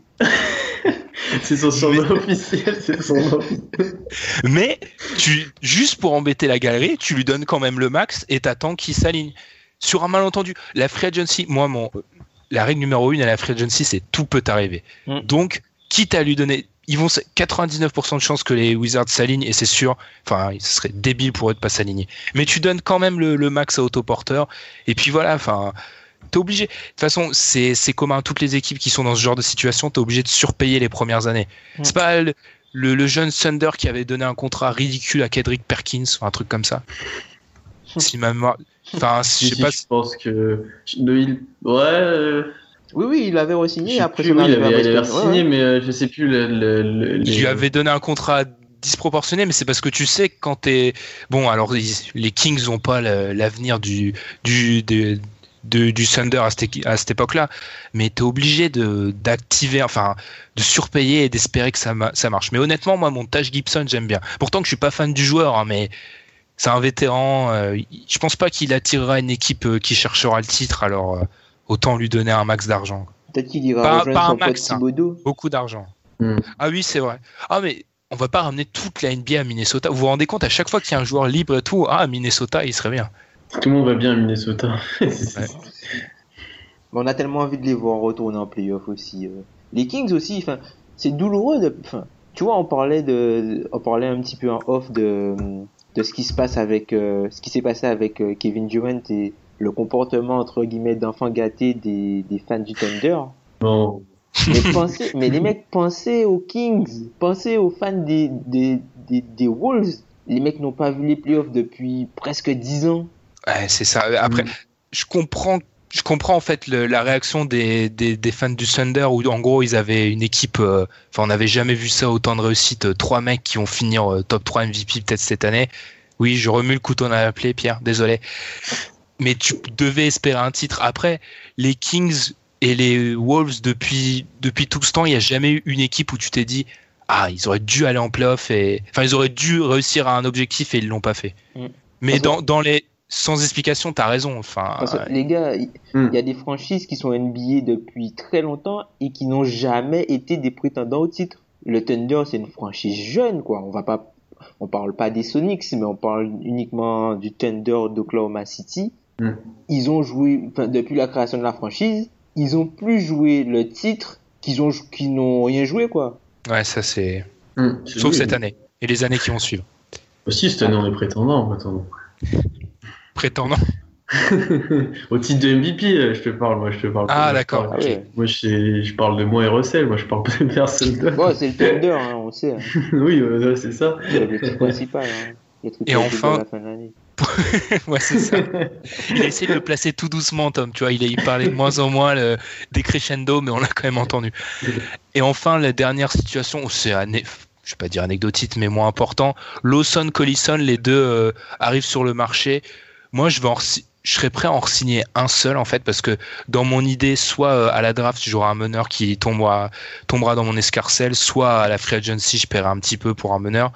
C'est son surnom officiel, c'est son nom. Mais tu, juste pour embêter la galerie, tu lui donnes quand même le max et t'attends qu'il s'aligne. Sur un malentendu, la free agency, moi, mon, la règle numéro une à la free agency, c'est tout peut arriver. Mm. Donc, quitte à lui donner, ils vont quatre-vingt-dix-neuf pour cent de chances que les Wizards s'alignent et c'est sûr, enfin, ce serait débile pour eux de pas s'aligner. Mais tu donnes quand même le, le max à autoporteur et puis voilà, enfin, T'es obligé. De toute façon, c'est, c'est commun à toutes les équipes qui sont dans ce genre de situation. T'es obligé de surpayer les premières années. Mm. C'est pas le, le, le jeune Thunder qui avait donné un contrat ridicule à Kendrick Perkins ou un truc comme ça. Si ma mémoire... Enfin, je sais si, pas. Je pense que... Il... Ouais... Euh... Oui, oui, il avait re-signé après son arrivée. Il avait, il avait signé, ouais. mais euh, je sais plus. Le, le, le, il les... lui avait donné un contrat disproportionné, mais c'est parce que tu sais que quand t'es bon, alors ils, les Kings ont pas le, l'avenir du du de, de, du Thunder à cette, à cette époque-là, mais t'es obligé de d'activer, enfin, de surpayer et d'espérer que ça ça marche. Mais honnêtement, moi, mon Taj Gibson, j'aime bien. Pourtant que je suis pas fan du joueur, hein, mais c'est un vétéran. Euh, je pense pas qu'il attirera une équipe euh, qui cherchera le titre, alors. Euh, Autant lui donner un max d'argent. Peut-être qu'il ira pas, rejoindre pas son un max, pote Thibodeau. Hein, beaucoup d'argent. Mm. Ah oui, c'est vrai. Ah mais on va pas ramener toute la N B A à Minnesota. Vous vous rendez compte, à chaque fois qu'il y a un joueur libre et tout, ah Minnesota, il serait bien. Tout le monde va bien à Minnesota. Ouais. On a tellement envie de les voir retourner en playoff aussi. Les Kings aussi, enfin, c'est douloureux. De, enfin, tu vois, on parlait de, on parlait un petit peu en off de, de ce qui se passe avec, euh, ce qui s'est passé avec euh, Kevin Durant et le comportement entre guillemets d'enfant gâté des, des fans du Thunder. Non. Mais pensez, mais les mecs, pensez aux Kings, pensez aux fans des, des, des, des Wolves. Les mecs n'ont pas vu les playoffs depuis presque dix ans. Ouais, c'est ça. Après, mmh. je comprends, je comprends en fait le, la réaction des, des, des fans du Thunder où en gros ils avaient une équipe. Enfin, euh, on n'avait jamais vu ça autant de réussite. Euh, trois mecs qui vont finir euh, top trois M V P peut-être cette année. Oui, je remue le couteau dans la plaie, Pierre. Désolé. Mais tu devais espérer un titre. Après, les Kings et les Wolves, depuis, depuis tout ce temps, il n'y a jamais eu une équipe où tu t'es dit ah, ils auraient dû aller en playoff et enfin, ils auraient dû réussir à un objectif et ils l'ont pas fait. Mmh. Mais dans, dans les sans explication, t'as raison. Enfin, Parce que, euh... les gars, il mmh. y a des franchises qui sont N B A depuis très longtemps et qui n'ont jamais été des prétendants au titre. Le Thunder, c'est une franchise jeune, quoi. On va pas, on parle pas des Sonics, mais on parle uniquement du Thunder d'Oklahoma City. Mmh. Ils ont joué, enfin, depuis la création de la franchise, ils ont plus joué le titre qu'ils ont, qu'ils n'ont rien joué, quoi. Ouais, ça c'est. Mmh, c'est Sauf oui, cette oui. année et les années qui vont suivre. Aussi, cette année, on est prétendant, attends. Prétendant. Au titre de M V P, je te parle, moi, je te parle. Ah, d'accord. Parle, okay. Moi, je, je parle de moi et Russell, moi, je parle pas de personne d'autre. Ouais, c'est le Thunder, hein, on sait. Hein. Oui, ouais, c'est ça. C'est le truc principal. Hein. Les trucs et enfin. La fin de l'année. Ouais, c'est ça. Il a essayé de le placer tout doucement, Tom. Tu vois, il, a, il parlait de moins en moins le, des crescendo, mais on l'a quand même entendu. Et enfin, la dernière situation, c'est ané... je vais pas dire anecdotique, mais moins important. Lawson, Collison, les deux euh, arrivent sur le marché. Moi, je vais en re- je serais prêt à en re-signer un seul, en fait, parce que dans mon idée, soit euh, à la draft, j'aurai un meneur qui tombera, tombera dans mon escarcelle, soit à la free agency, je paierai un petit peu pour un meneur.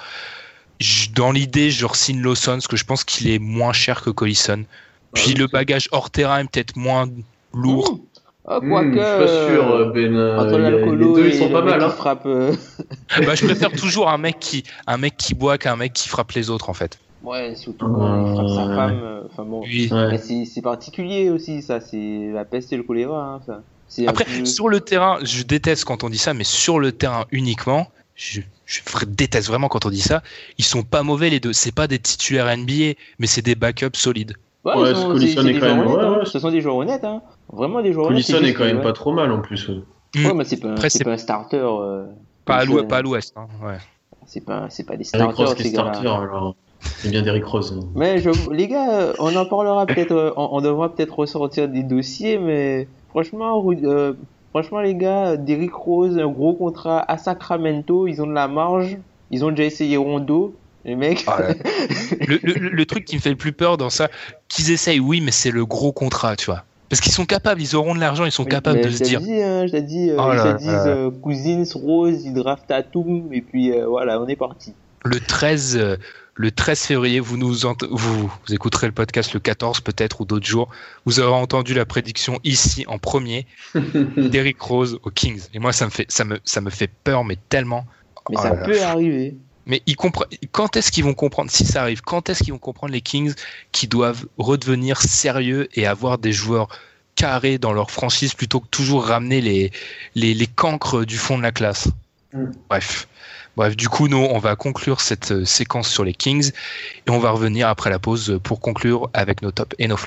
Je, dans l'idée, je re-signe Lawson, parce que je pense qu'il est moins cher que Collison. Puis ah, le bagage hors terrain est peut-être moins lourd. Mmh. Ah, quoique, mmh, je suis pas sûr, Ben. Euh, les deux, ils sont pas mal. Hein. Frappe, euh... bah, je préfère toujours un mec qui, un mec qui boit qu'un mec qui frappe les autres, en fait. Ouais, surtout quand il frappe sa femme. Enfin bon, oui. ouais. Mais c'est, c'est particulier aussi, ça. C'est la peste et le choléra. Hein, ça. C'est Après, peu... sur le terrain, je déteste quand on dit ça, mais sur le terrain uniquement, je, je déteste vraiment quand on dit ça. Ils sont pas mauvais les deux. C'est pas des titulaires N B A, mais c'est des backups solides. Ouais, ouais, sont, Collison c'est, est, c'est quand même. Honnêtes, ouais, hein. ouais. Ce sont des joueurs honnêtes, hein. Vraiment des joueurs honnêtes. Collison est quand même ouais. pas trop mal en plus. Ouais, ouais mais c'est pas, Après, c'est c'est pas un starter. Euh, pas, à l'ouest, pas à l'ouest. Hein. Ouais. C'est pas, c'est pas des starters. Derrick Rose qui est starter, alors. C'est bien Derrick Rose. Hein. Mais je, les gars, on en parlera peut-être, on, on devra peut-être ressortir des dossiers, mais franchement, euh, franchement les gars, Derrick Rose, un gros contrat à Sacramento, ils ont de la marge, ils ont déjà essayé Rondo, les mecs. Ah, ouais. le, le, le truc qui me fait le plus peur dans ça, qu'ils essayent, oui, mais c'est le gros contrat, tu vois. Parce qu'ils sont capables, ils auront de l'argent, ils sont mais, capables mais de se dire. Dit, hein, je t'ai dit, euh, oh ils là, se disent euh, Cousins, Rose, ils draftent Tatum, et puis euh, voilà, on est parti. Le treize, euh, le treize février, vous nous ent- vous, vous écouterez le podcast le quatorze peut-être ou d'autres jours. Vous aurez entendu la prédiction ici en premier d'Eric Rose aux Kings. Et moi, ça me fait, ça me, ça me fait peur, mais tellement. Mais oh ça là peut là. arriver. Mais ils comprennent. Quand est-ce qu'ils vont comprendre, si ça arrive, quand est-ce qu'ils vont comprendre les Kings qui doivent redevenir sérieux et avoir des joueurs carrés dans leur franchise plutôt que toujours ramener les, les, les cancres du fond de la classe. Mm. Bref. Bref, du coup, nous, on va conclure cette euh, séquence sur les Kings et on va revenir après la pause pour conclure avec nos tops et nos flops.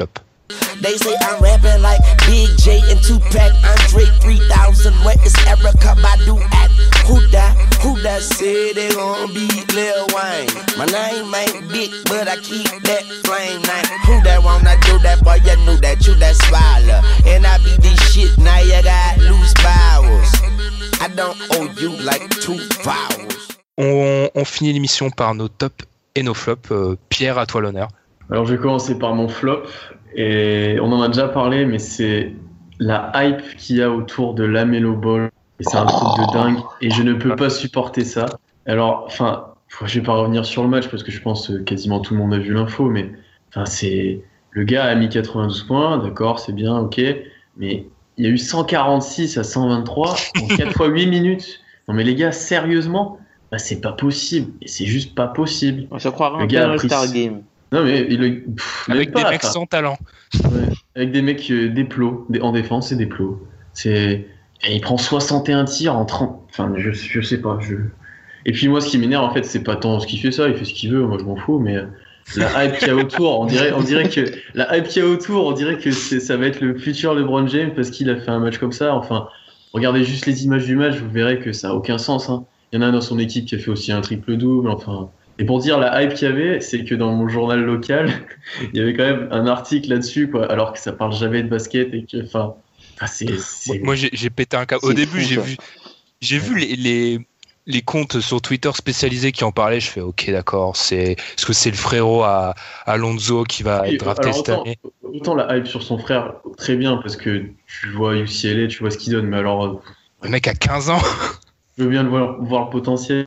They say I'm rapping like Big J and Tupac. Andre three thousand, where is Erykah Badu at? Who that? Who that said they gon' be Lil Wayne? My name ain't big, but I keep that flame name. Who that wanna do that? Boy, you knew that you that swallow. And I be this shit, now you got loose bowels. I don't owe you like two vowels. On, on finit l'émission par nos tops et nos flops. Euh, Pierre, à toi l'honneur. Alors je vais commencer par mon flop. Et on en a déjà parlé, mais c'est la hype qu'il y a autour de LaMelo Ball. Et c'est un truc de dingue. Et je ne peux pas supporter ça. Alors, enfin, je vais pas revenir sur le match parce que je pense que quasiment tout le monde a vu l'info. Mais enfin, c'est le gars a mis quatre-vingt-douze points, d'accord, c'est bien, ok. Mais il y a eu cent quarante-six à cent vingt-trois en quatre fois huit minutes. Non mais les gars, sérieusement, bah, c'est pas possible. Et c'est juste pas possible. On se croirait un peu dans le Star Game. Non mais il, pff, avec des pas, mecs sans talent. Ouais, avec des mecs euh, des plots, des, en défense et des plots. C'est, et il prend soixante et un tirs en trente. Enfin, je, je sais pas. Je... Et puis moi, ce qui m'énerve en fait, c'est pas tant ce qu'il fait ça, il fait ce qu'il veut, moi je m'en fous, mais la hype qu'il y a autour, on dirait, on dirait que la hype qu'il y a autour, on dirait que c'est, ça va être le futur LeBron James parce qu'il a fait un match comme ça. Enfin, regardez juste les images du match, vous verrez que ça a aucun sens. Hein. Il y en a un dans son équipe qui a fait aussi un triple double. Enfin. Et pour dire la hype qu'il y avait, c'est que dans mon journal local, il y avait quand même un article là-dessus, quoi, alors que ça parle jamais de basket et que, enfin, c'est, c'est... Moi, j'ai, j'ai pété un câble. Au début, fou, j'ai ça. vu, j'ai vu les, les, les comptes sur Twitter spécialisés qui en parlaient. Je fais, ok, d'accord, c'est, est-ce que c'est le frérot à, à Lonzo qui va oui, être drafté alors, cette autant, année? Autant la hype sur son frère, très bien, parce que tu vois U C L A, tu vois ce qu'il donne, mais alors. Le mec a quinze ans. Je veux bien le voir, voir le potentiel.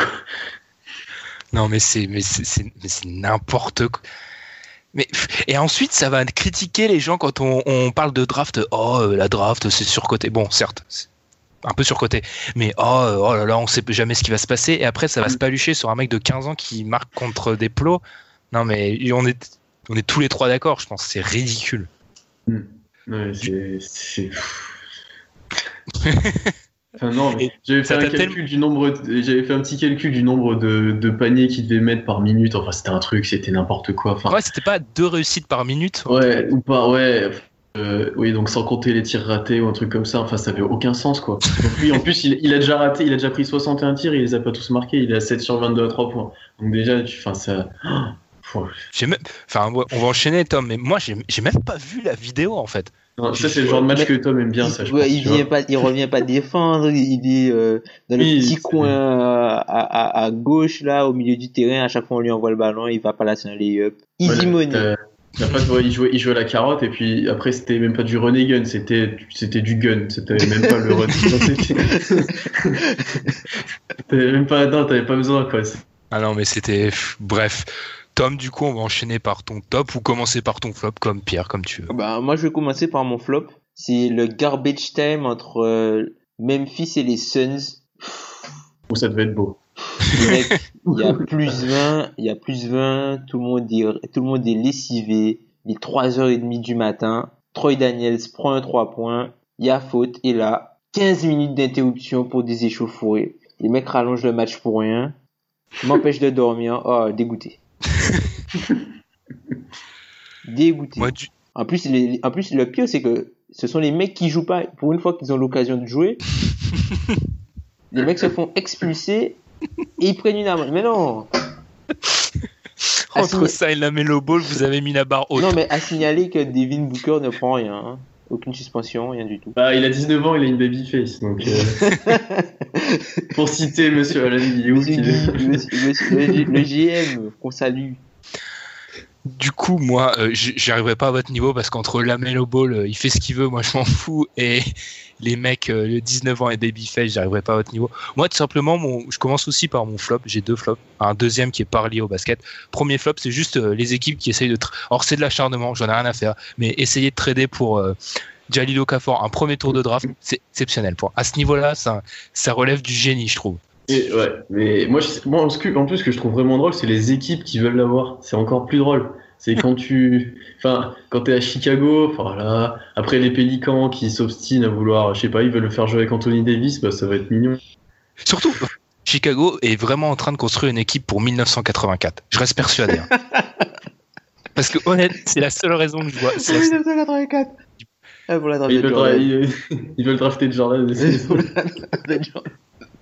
Non, mais c'est, mais c'est, c'est, mais c'est n'importe quoi. Mais, et ensuite, ça va critiquer les gens quand on, on parle de draft. Oh, la draft, c'est surcoté. Bon, certes, c'est un peu surcoté. Mais oh, oh là là, on sait jamais ce qui va se passer. Et après, ça va se palucher sur un mec de quinze ans qui marque contre des plots. Non, mais on est, on est tous les trois d'accord. Je pense que c'est ridicule. Mmh. Ouais, c'est... c'est... Enfin non, mais j'avais fait un calcul tel... du nombre, de... j'avais fait un petit calcul du nombre de, de paniers qu'il devait mettre par minute. Enfin, c'était un truc, c'était n'importe quoi. Enfin, ouais, c'était pas deux réussites par minute. Ouais, ou pas, ouais. Euh, oui, donc sans compter les tirs ratés ou un truc comme ça. Enfin, ça avait aucun sens, quoi. Donc lui, en plus, il, il a déjà raté, il a déjà pris soixante et un tirs, il les a pas tous marqués. Il est à sept sur vingt-deux à trois points. Donc déjà, tu, enfin, ça. Oh, j'ai même, enfin, on va enchaîner, Tom. Mais moi, j'ai, j'ai même pas vu la vidéo, en fait. Non, ça c'est le genre de match mais que Tom aime bien, ça je ouais, pense, il vient pas, il revient pas défendre, il est euh, dans le oui, petit c'est... coin à, à, à gauche là, au milieu du terrain. À chaque fois on lui envoie le ballon, il va pas là, c'est un lay-up. Easy ouais, money. Euh, pas, ouais, il jouait, il jouait à la carotte et puis après c'était même pas du run et gun, c'était, c'était du gun, c'était même pas le run. T'avais même pas, non, t'avais pas besoin quoi. Ah non mais c'était, bref. Tom, du coup, on va enchaîner par ton top ou commencer par ton flop, comme Pierre, comme tu veux. Bah, moi, je vais commencer par mon flop. C'est le garbage time entre euh, Memphis et les Suns. Oh, ça devait être beau. Mec, il y a plus vingt, il y a plus vingt, tout le monde est, tout le monde est lessivé. Il est trois heures trente du matin. Troy Daniels prend un trois points. Il y a faute. Et là, quinze minutes d'interruption pour des échauffourées. Les mecs rallongent le match pour rien. M'empêche de dormir. Oh, dégoûté. Dégoûté. Moi, tu... En plus, les, en plus, le pire, c'est que ce sont les mecs qui jouent pas. Pour une fois qu'ils ont l'occasion de jouer, les mecs se font expulser et ils prennent une amende. Mais non. Entre signa... ça et la LaMelo Ball, vous avez mis la barre haute. Non, mais à signaler que Devin Booker ne prend rien. Hein. Aucune suspension, rien du tout. Bah, il a dix-neuf ans, il a une babyface. Donc, euh... pour citer Monsieur Alan Guillaume, monsieur, qui... monsieur, monsieur, le, le G M, qu'on salue. Du coup, moi, euh, j'arriverai pas à votre niveau parce qu'entre LaMelo Ball, euh, il fait ce qu'il veut, moi je m'en fous, et les mecs, euh, le dix-neuf ans et babyface, j'arriverai pas à votre niveau. Moi, tout simplement, mon, je commence aussi par mon flop. J'ai deux flops. Un deuxième qui est pas lié au basket. Premier flop, c'est juste euh, les équipes qui essayent de. Tra- Alors, c'est de l'acharnement, j'en ai rien à faire, mais essayer de trader pour euh, Jahlil Okafor un premier tour de draft, c'est exceptionnel. Pour, à ce niveau-là, ça, ça relève du génie, je trouve. Et ouais, mais moi, je, moi, en plus, ce que je trouve vraiment drôle, c'est les équipes qui veulent l'avoir. C'est encore plus drôle. C'est quand tu, enfin, quand t'es à Chicago, enfin là, après les Pélicans qui s'obstinent à vouloir, je sais pas, ils veulent le faire jouer avec Anthony Davis, bah ça va être mignon. Surtout, Chicago est vraiment en train de construire une équipe pour dix-neuf cent quatre-vingt-quatre. Je reste persuadé. Hein. Parce que honnêtement, c'est la seule raison que je vois. C'est la seule... Ah, pour la draft Ils de veulent, Jordan. dra- ils, ils veulent drafter de Jordan. Pour la draft de Jordan.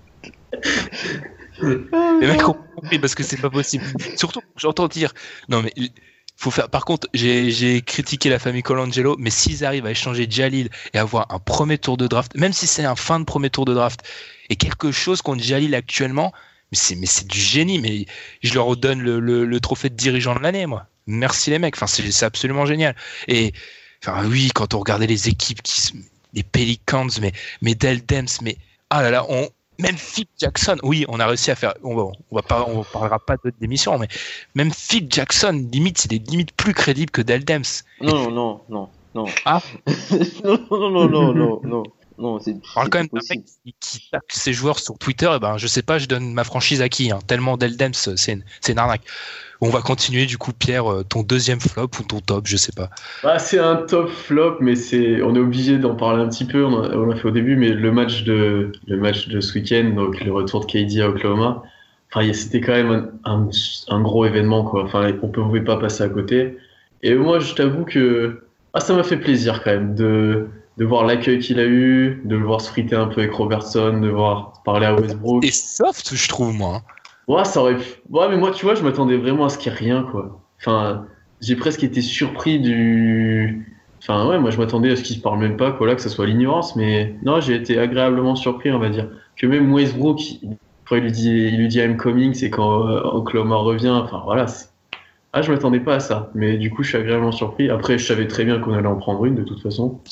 Les mecs ont compris parce que c'est pas possible. Surtout, j'entends dire. Non, mais faut faire. Par contre, j'ai, j'ai critiqué la famille Colangelo, mais s'ils arrivent à échanger Jalil et avoir un premier tour de draft, même si c'est un fin de premier tour de draft, et quelque chose contre Jalil actuellement, mais c'est, mais c'est du génie. Mais je leur donne le, le, le trophée de dirigeant de l'année, moi. Merci les mecs. Enfin, c'est, c'est absolument génial. Et enfin, oui, quand on regardait les équipes qui, se- les Pelicans, mais, mais Dell Dems, mais ah là là, on. Même Phil Jackson, oui, on a réussi à faire. On va, on va pas, on parlera pas d'autres démissions, mais même Phil Jackson, limite, c'est des limites plus crédibles que Dell Dems. Non, non, non, non. Ah, non, non, non, non, non, non, non, c'est. on parle quand même d'un mec qui, qui tape ses joueurs sur Twitter. Et ben, je sais pas, je donne ma franchise à qui hein, tellement Dell Dems, c'est une, c'est une arnaque. On va continuer du coup, Pierre, ton deuxième flop ou ton top, je sais pas. Bah, c'est un top flop, mais c'est, on est obligé d'en parler un petit peu. On, a, on l'a fait au début, mais le match de, le match de ce week-end, donc le retour de K D à Oklahoma, enfin, c'était quand même un, un, un gros événement, quoi. Enfin, on ne pouvait pas passer à côté. Et moi, je t'avoue que ah, ça m'a fait plaisir quand même de, de voir l'accueil qu'il a eu, de le voir se friter un peu avec Robertson, de voir parler à Westbrook. Et soft, je trouve, moi. Hein. Ouais, ça aurait pu... Ouais, mais moi, tu vois, je m'attendais vraiment à ce qu'il n'y ait rien, quoi. Enfin, j'ai presque été surpris du... Enfin, ouais, moi, je m'attendais à ce qu'il se parle même pas, quoi, là, que ça soit l'ignorance, mais non, j'ai été agréablement surpris, on va dire. Que même Westbrook, il... quand il lui dit, il lui dit I'm coming, c'est quand euh, Oklahoma revient, enfin, voilà. C'est... Ah, je m'attendais pas à ça, mais du coup, je suis agréablement surpris. Après, je savais très bien qu'on allait en prendre une, de toute façon.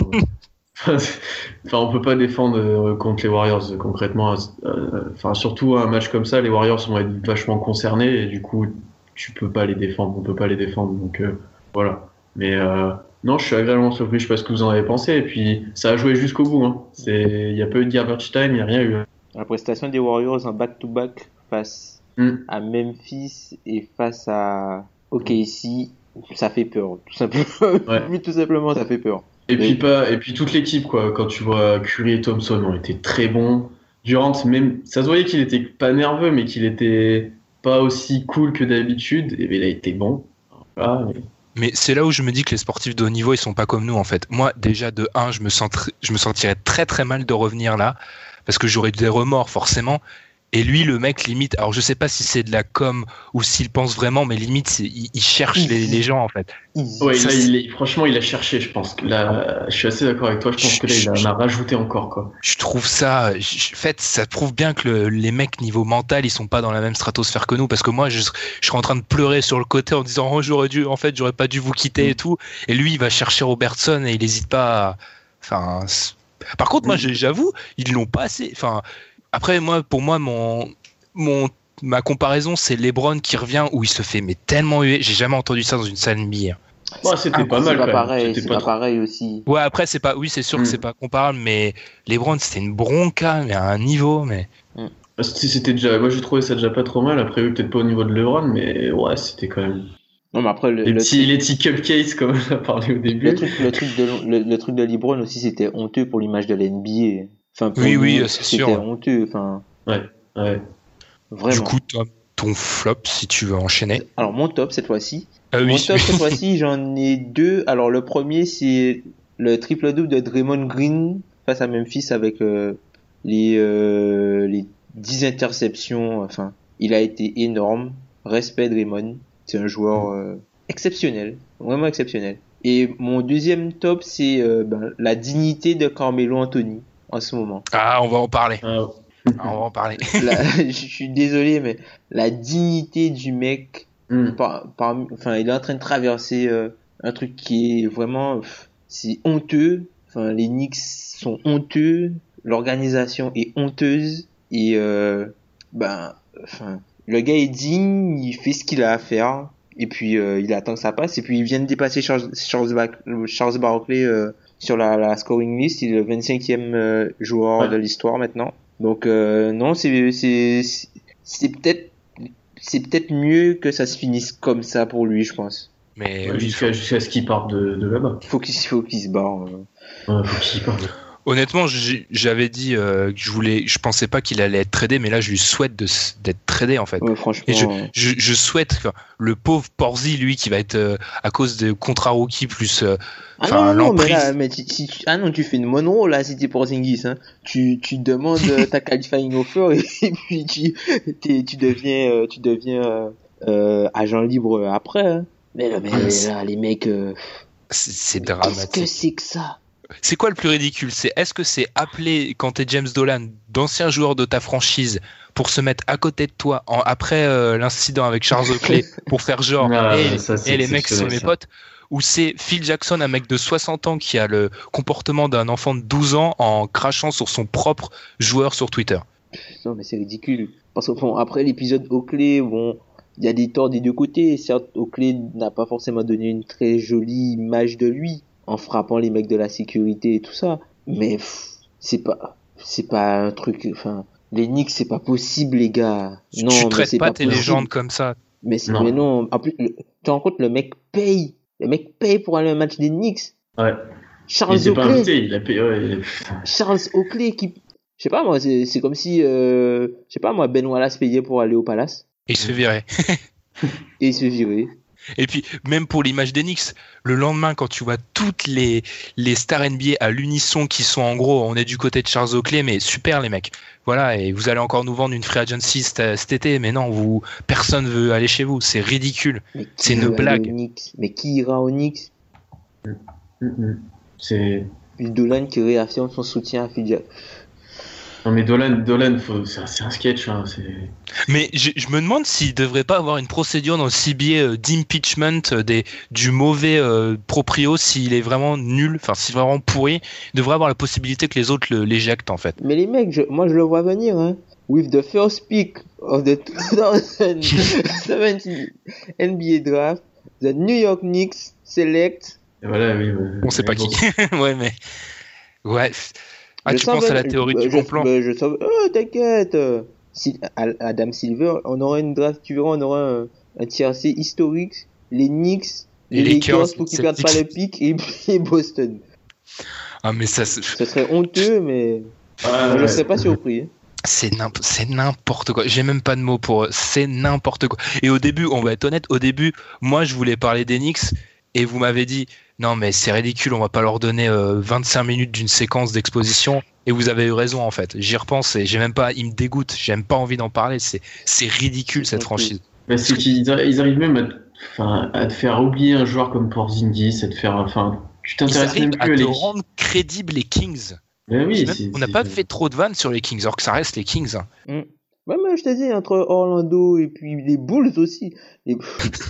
Enfin, on peut pas défendre euh, contre les Warriors euh, concrètement. Euh, enfin, surtout un match comme ça, les Warriors vont être vachement concernés et du coup, tu peux pas les défendre. On peut pas les défendre. Donc euh, voilà. Mais euh, non, je suis agréablement surpris. Je sais pas ce que vous en avez pensé. Et puis, ça a joué jusqu'au bout. Hein. C'est, il y a pas eu de garbage time, il y a rien eu. La prestation des Warriors en back-to-back face mm. à Memphis et face à O K C, ça fait peur. Tout simplement, ouais. tout simplement, ça fait peur. Et puis pas, et puis toute l'équipe quoi. Quand tu vois Curry et Thompson ont été très bons. Durant même, ça se voyait qu'il était pas nerveux, mais qu'il était pas aussi cool que d'habitude. Et il a été bon. Voilà, mais... mais c'est là où je me dis que les sportifs de haut niveau ils sont pas comme nous en fait. Moi déjà de un, je me sens, tr- je me sentirais très très mal de revenir là parce que j'aurais des remords forcément. Et lui, le mec, limite, alors je sais pas si c'est de la com ou s'il pense vraiment, mais limite, c'est, il, il cherche les, les gens, en fait. Ouais, là, il est, franchement, il a cherché, je pense. Là, je suis assez d'accord avec toi, je pense je, que là, il en a rajouté encore, quoi. Je trouve ça, je, en fait, ça prouve bien que le, les mecs, niveau mental, ils sont pas dans la même stratosphère que nous, parce que moi, je, je serais en train de pleurer sur le côté en disant, oh, j'aurais dû, en fait, j'aurais pas dû vous quitter et tout. Et lui, il va chercher Robertson et il hésite pas à, enfin, par contre, moi, j'avoue, ils l'ont pas assez, enfin, après, moi, pour moi, mon, mon, ma comparaison, c'est LeBron qui revient où il se fait mais tellement huer. J'ai jamais entendu ça dans une salle N B A. Ouais, c'était pas mal. C'est pas pareil, c'était c'est pas, pas trop... pareil aussi. Ouais, après, c'est pas, oui, c'est sûr mm. que c'est pas comparable, mais LeBron, c'était une bronca, mais à un niveau, mais. Mm. C'était déjà, moi, j'ai trouvé ça déjà pas trop mal. Après, oui, peut-être pas au niveau de LeBron, mais ouais, c'était quand même. Non, mais après, le, les, le petits, truc... les petits cupcakes, comme on a parlé au début. Le truc, le truc de, le, le truc de LeBron aussi, c'était honteux pour l'image de la N B A. Enfin, pour oui, nous, oui, c'est c'était sûr. C'était honteux, enfin. Ouais, ouais. Vraiment. Du coup, toi, ton flop, si tu veux enchaîner. Alors, mon top, cette fois-ci. Ah, mon oui, top, cette fois-ci, j'en ai deux. Alors, le premier, c'est le triple-double de Draymond Green face à Memphis avec euh, les, euh, les dix interceptions. Enfin, il a été énorme. Respect, Draymond. C'est un joueur euh, exceptionnel. Vraiment exceptionnel. Et mon deuxième top, c'est euh, ben, la dignité de Carmelo Anthony en ce moment. Ah, on va en parler. Ah. Ah, on va en parler. La, je suis désolé, mais la dignité du mec, mm. par, par, enfin, il est en train de traverser euh, un truc qui est vraiment, c'est honteux. Enfin, les Knicks sont honteux, l'organisation est honteuse et euh, ben, enfin, le gars est digne, il fait ce qu'il a à faire et puis euh, il attend que ça passe et puis il vient de dépasser Charles, Charles, Bar- Charles Barkley euh, sur la, la scoring list. Il est le vingt-cinquième euh, joueur ouais. de l'histoire maintenant. Donc euh, non, c'est c'est c'est peut-être c'est peut-être mieux que ça se finisse comme ça pour lui, je pense. Mais ouais, jusqu'à, jusqu'à ce qu'il parte de, de là-bas. Faut qu'il faut qu'il se barre. Euh. Ouais, faut qu'il parte. Honnêtement, j'ai, j'avais dit euh, que je voulais, je pensais pas qu'il allait être tradé, mais là, je lui souhaite de, d'être tradé en fait. Ouais, franchement. Et je, je, je souhaite enfin, le pauvre Porzi, lui, qui va être euh, à cause de contrat rookie plus. Euh, ah non, non, mais là, mais si, si tu, ah non, tu fais une mono là, si t'es Porzingis, hein. Tu, tu demandes ta qualifying offer et, et puis tu, t'es, tu deviens, euh, tu deviens euh, euh, agent libre après. Hein. Mais là, mais là, les mecs. Euh, c'est, c'est dramatique. Qu'est-ce que c'est que ça? C'est quoi le plus ridicule? C'est est-ce que c'est appeler quand t'es James Dolan, d'anciens joueurs de ta franchise, pour se mettre à côté de toi en, après euh, l'incident avec Charles Oakley pour faire genre ah, hey, ça, hey, les mecs sont mes potes, ou c'est Phil Jackson, un mec de soixante ans qui a le comportement d'un enfant de douze ans en crachant sur son propre joueur sur Twitter? Non mais c'est ridicule. Parce que bon, après l'épisode Oakley, bon, il y a des torts des deux côtés. Certes, Oakley n'a pas forcément donné une très jolie image de lui en frappant les mecs de la sécurité et tout ça, mais pff, c'est pas c'est pas un truc, enfin les Knicks c'est pas possible les gars. Tu, non, tu mais traites c'est pas, pas tes possible. légendes comme ça. Mais c'est non. Mais non, en plus le, tu te rends compte, le mec paye, le mec paye pour aller à un match des Knicks. Ouais. Charles il Oakley. Pas invité, il a payé. Ouais. Charles Oakley qui, je sais pas moi, c'est c'est comme si euh, je sais pas moi, Ben Wallace payait pour aller au Palace. Et il se fait virer. Et il se fait virer. Et puis, même pour l'image des Knicks, le lendemain, quand tu vois toutes les, les stars N B A à l'unisson qui sont en gros, on est du côté de Charles Oakley, mais super les mecs. Voilà, et vous allez encore nous vendre une free agency cet, cet été, mais non, vous, personne veut aller chez vous, c'est ridicule. C'est une blague. Mais qui ira aux Knicks? mmh, C'est. Puis Dolan qui réaffirme son soutien à Phil Jackson. Non mais Dolan, Dolan faut, c'est, un, c'est un sketch. Hein, c'est... Mais je, je me demande s'il devrait pas avoir une procédure dans le C B A euh, d'impeachment euh, des, du mauvais euh, proprio s'il est vraiment nul, enfin s'il est vraiment pourri, il devrait avoir la possibilité que les autres le, l'éjectent en fait. Mais les mecs, je, moi je le vois venir. Hein. With the first pick of the twenty seventeen N B A draft, the New York Knicks select. Et voilà, oui. Ouais, on sait pas bon. qui. Ouais, mais ouais. Ah, je tu penses à la théorie je, du complot? Je, je, je sens... Oh, t'inquiète. Si, Adam Silver, on aura une draft, tu verras, on aura un, un T R C historique. Les Knicks, les, les Lakers, Lakers pour qu'ils perdent pas le pick, et, et Boston. Ah, mais ça, c'est... ça serait honteux, mais ah, je ne ouais. serais pas surpris. Hein. C'est, n'imp- c'est n'importe quoi. J'ai même pas de mots pour eux. C'est n'importe quoi. Et au début, on va être honnête, au début, moi, je voulais parler des Knicks, et vous m'avez dit, non, mais c'est ridicule, on va pas leur donner euh, vingt-cinq minutes d'une séquence d'exposition. Et vous avez eu raison, en fait. J'y repense et j'ai même pas, il me dégoûte. J'ai même pas envie d'en parler. C'est, c'est ridicule, cette franchise. Bah, c'est qu'ils ils arrivent même à, enfin, à te faire oublier un joueur comme Porzingis, à te faire, enfin, tu t'intéresses même plus à, à à te les... rendre crédibles les Kings. Mais oui, même, c'est, on n'a c'est... pas fait trop de vannes sur les Kings, alors que ça reste les Kings. Hein. Mmh. Ouais, mais je te dis, entre Orlando et puis les Bulls aussi. Les...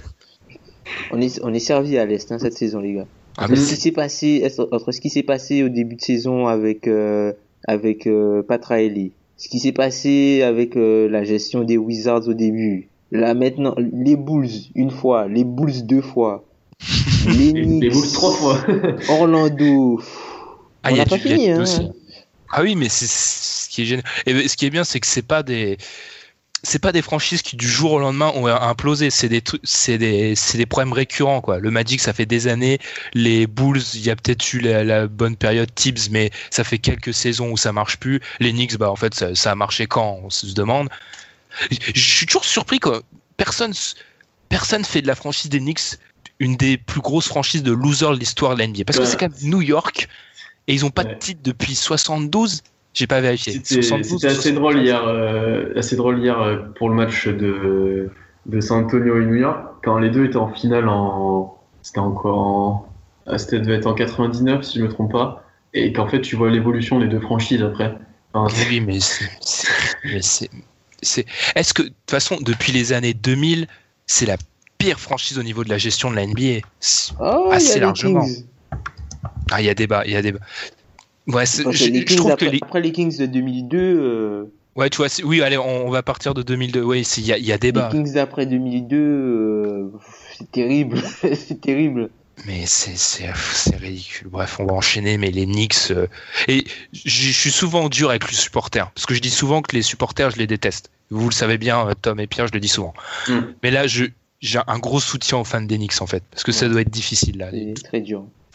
on est, on est servi à l'Est, hein, cette saison, les gars. Ah, ce qui s'est passé, entre ce qui s'est passé au début de saison avec, euh, avec, euh, Pat Riley, ce qui s'est passé avec, euh, la gestion des Wizards au début, là, maintenant, les Bulls, une fois, les Bulls deux fois, les Knicks, les Bulls trois fois, Orlando, ah, on n'a pas fini, hein. Ah oui, mais c'est ce qui est génial. Et ce qui est bien, c'est que c'est pas des, c'est pas des franchises qui du jour au lendemain ont implosé. C'est des trucs, c'est des, c'est des problèmes récurrents, quoi. Le Magic, ça fait des années. Les Bulls, il y a peut-être eu la, la bonne période Tibbs, mais ça fait quelques saisons où ça marche plus. Les Knicks, bah, en fait, ça, ça a marché quand? On se demande. Je suis toujours surpris, quoi. Personne, personne fait de la franchise des Knicks une des plus grosses franchises de losers de l'histoire de l'N B A. Parce que ouais. c'est quand même New York. Et ils ont pas ouais. de titre depuis soixante-douze. J'ai pas vérifié. C'était, soixante-douze, c'était assez drôle hier, euh, assez drôle hier euh, pour le match de de San Antonio et New York quand les deux étaient en finale en, c'était encore en, c'était devait être en quatre-vingt-dix-neuf si je me trompe pas, et qu'en fait tu vois l'évolution des deux franchises après. Enfin, oui, mais c'est, c'est, mais c'est, c'est, est-ce que de toute façon depuis les années deux mille, c'est la pire franchise au niveau de la gestion de la N B A, oh, assez largement. Ah, il y a débat, il y a débat. Ouais, c'est, je, je trouve après, que les... après les Kings de deux mille deux. Euh... Ouais, tu vois, c'est... oui, allez, on, on va partir de deux mille deux. Oui, il y a, y a débat. Les Kings d'après deux mille deux, euh... c'est terrible, c'est terrible. Mais c'est, c'est, c'est ridicule. Bref, on va enchaîner. Mais les Knicks, euh... et je suis souvent dur avec les supporters parce que je dis souvent que les supporters, je les déteste. Vous le savez bien, Tom et Pierre, je le dis souvent. Mm. Mais là, je j'ai un gros soutien aux fans des Knicks en fait, parce que ouais. ça doit être difficile là. C'est très dur.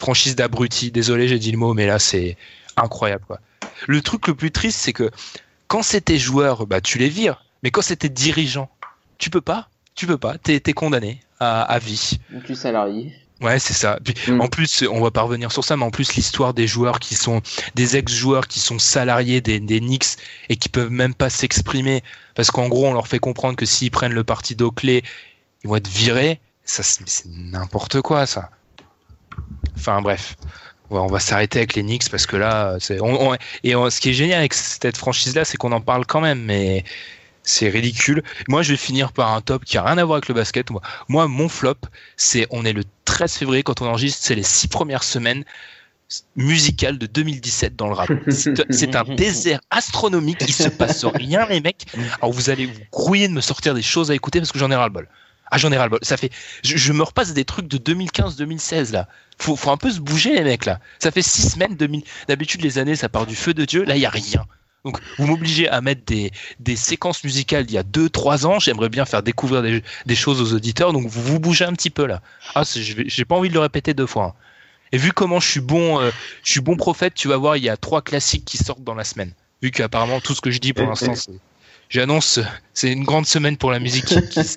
franchise d'abrutis. Désolé, j'ai dit le mot, mais là, c'est incroyable, quoi. Le truc le plus triste, c'est que quand c'était joueur, bah, tu les vires. Mais quand c'était dirigeant, tu peux pas. Tu peux pas. T'es, t'es condamné à, à vie. Tu es salarié. Ouais, c'est ça. Puis, mmh. En plus, on va pas revenir sur ça, mais en plus, l'histoire des joueurs qui sont des ex-joueurs qui sont salariés des, des Knicks et qui peuvent même pas s'exprimer parce qu'en gros, on leur fait comprendre que s'ils prennent le parti d'Oakley, ils vont être virés. Ça, c'est, c'est n'importe quoi, ça. Enfin, bref. Ouais, on va s'arrêter avec les Knicks parce que là, c'est, on, on, et on, ce qui est génial avec cette franchise-là, c'est qu'on en parle quand même, mais c'est ridicule. Moi, je vais finir par un top qui a rien à voir avec le basket. Moi, moi mon flop, c'est, on est le treize février quand on enregistre, c'est les six premières semaines musicales de deux mille dix-sept dans le rap. C'est, c'est un désert astronomique, il se passe rien, les mecs. Alors, vous allez vous grouiller de me sortir des choses à écouter parce que j'en ai ras-le-bol. Ah, j'en ai ras-le-bol. Ça fait, je, je me repasse des trucs de deux mille quinze deux mille seize, là. Faut, faut un peu se bouger, les mecs, là. Ça fait six semaines, deux mille D'habitude, les années, ça part du feu de Dieu. Là, il y a rien. Donc, vous m'obligez à mettre des, des séquences musicales d'il y a deux trois ans. J'aimerais bien faire découvrir des, des choses aux auditeurs. Donc, vous vous bougez un petit peu, là. Ah, c'est, je vais, j'ai pas envie de le répéter deux fois. Hein. Et vu comment je suis bon, euh, je suis bon prophète, tu vas voir, il y a trois classiques qui sortent dans la semaine. Vu qu'apparemment, tout ce que je dis pour l'instant, c'est, j'annonce, c'est une grande semaine pour la musique. Qui, qui...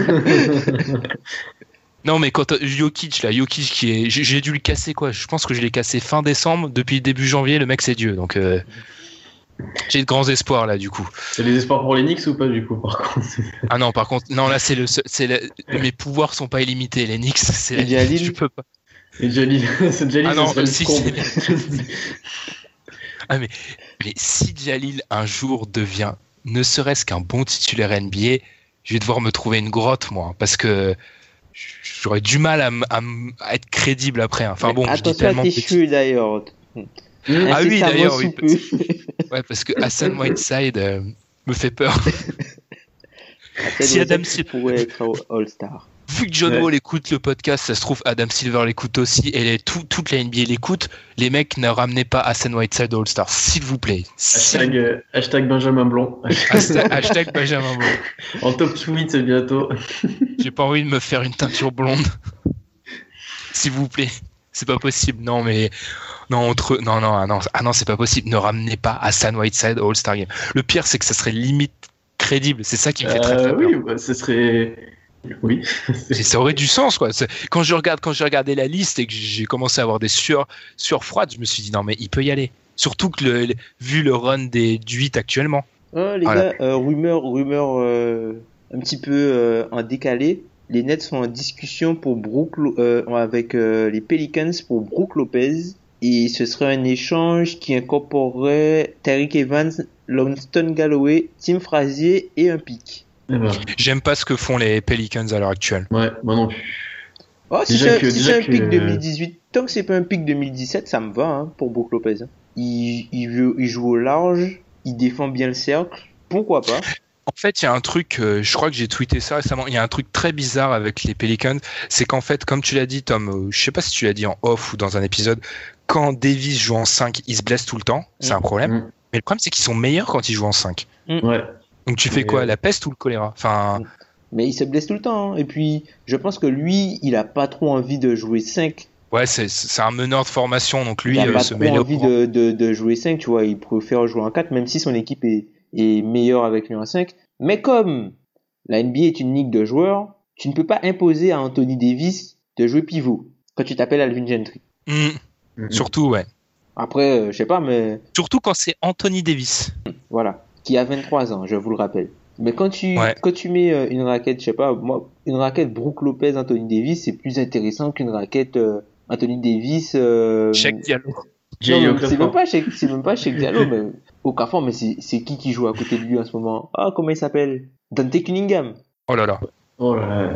Non, mais quand Jokic, là, Jokic qui est, j'ai, j'ai dû le casser, quoi. Je pense que je l'ai cassé fin décembre. Depuis début janvier, le mec, c'est Dieu. Donc, euh, j'ai de grands espoirs, là, du coup. C'est les espoirs pour les Knicks ou pas, du coup, par contre? Ah non, par contre, non, là, c'est le, c'est le, mes pouvoirs sont pas illimités. Les Knicks, c'est la limite, je peux pas. Et Jalil, c'est Jalil, ah non, ça si, ah mais, mais si Jalil un jour devient ne serait-ce qu'un bon titulaire N B A, je vais devoir me trouver une grotte, moi, parce que j'aurais du mal à, m- à, m- à être crédible après. Enfin mais bon, je dis tellement. Attention à tes cheveux d'ailleurs. Ah oui, d'ailleurs, oui. Parce... ouais, parce que Hassan Whiteside euh, me fait peur. Si Adam Silver pourrait être All-Star. Vu que John ouais. Wall écoute le podcast, ça se trouve Adam Silver l'écoute aussi et les, tout, toute la N B A l'écoute. Les mecs, ne ramenez pas Hassan Whiteside au All-Star, s'il vous plaît. Hashtag, euh, hashtag Benjamin Blanc. Hashtag, hashtag Benjamin Blanc. En top tweet bientôt. J'ai pas envie de me faire une teinture blonde. S'il vous plaît. C'est pas possible. Non, mais non, entre non, non, ah non, ah non, c'est pas possible. Ne ramenez pas Hassan Whiteside au All-Star Game. Le pire, c'est que ça serait limite crédible. C'est ça qui me fait euh, très, très peur. Oui, bah, ce serait. Oui. Ça aurait du sens, quoi. C'est... Quand je regarde, quand j'ai regardé la liste et que j'ai commencé à avoir des sueurs, sueurs froides, je me suis dit non, mais il peut y aller. Surtout que le, le, vu le run des, du huit actuellement. Oh, les voilà. gars, euh, rumeur, rumeur euh, un petit peu euh, en décalé. Les Nets sont en discussion pour Brook, euh, avec euh, les Pelicans pour Brook Lopez. Et ce serait un échange qui incorporerait Tariq Evans, Langston Galloway, Tim Frazier et un pick. Ben. J'aime pas ce que font les Pelicans à l'heure actuelle. Ouais, moi non plus. Oh, si déjà c'est, que, si c'est un que... pick deux mille dix-huit, tant que c'est pas un pick deux mille dix-sept, ça me va hein, pour Brook Lopez. Il, il, veut, il joue au large, il défend bien le cercle, pourquoi pas. En fait, il y a un truc, euh, je crois que j'ai tweeté ça récemment, il y a un truc très bizarre avec les Pelicans, c'est qu'en fait, comme tu l'as dit Tom, euh, je sais pas si tu l'as dit en off ou dans un épisode, quand Davis joue en cinq, il se blesse tout le temps, c'est mmh. un problème, mmh. mais le problème c'est qu'ils sont meilleurs quand ils jouent en cinq. Mmh. Ouais. Donc tu fais quoi, la peste ou le choléra? Enfin... Mais il se blesse tout le temps. Hein. Et puis, je pense que lui, il a pas trop envie de jouer cinq. Ouais, c'est, c'est un meneur de formation, donc lui, il a euh, pas se trop met envie de, de, de jouer cinq, tu vois. Il préfère jouer en quatre, même si son équipe est, est meilleure avec lui en cinq. Mais comme la N B A est une ligue de joueurs, tu ne peux pas imposer à Anthony Davis de jouer pivot quand tu t'appelles Alvin Gentry. Mmh. Mmh. Surtout, ouais. Après, euh, je sais pas, mais... Surtout quand c'est Anthony Davis. Voilà. Qui a vingt-trois ans, je vous le rappelle. Mais quand tu, ouais. quand tu mets euh, une raquette, je sais pas, moi, une raquette Brook Lopez, Anthony Davis, c'est plus intéressant qu'une raquette euh, Anthony Davis. Euh... Cheikh Diallo. Non, c'est même pas Cheikh, c'est même pas Cheikh Diallo, mais au Carrefour, mais c'est, c'est qui qui joue à côté de lui en ce moment? Ah, comment il s'appelle? Dante Cunningham. Oh là là. Oh là là.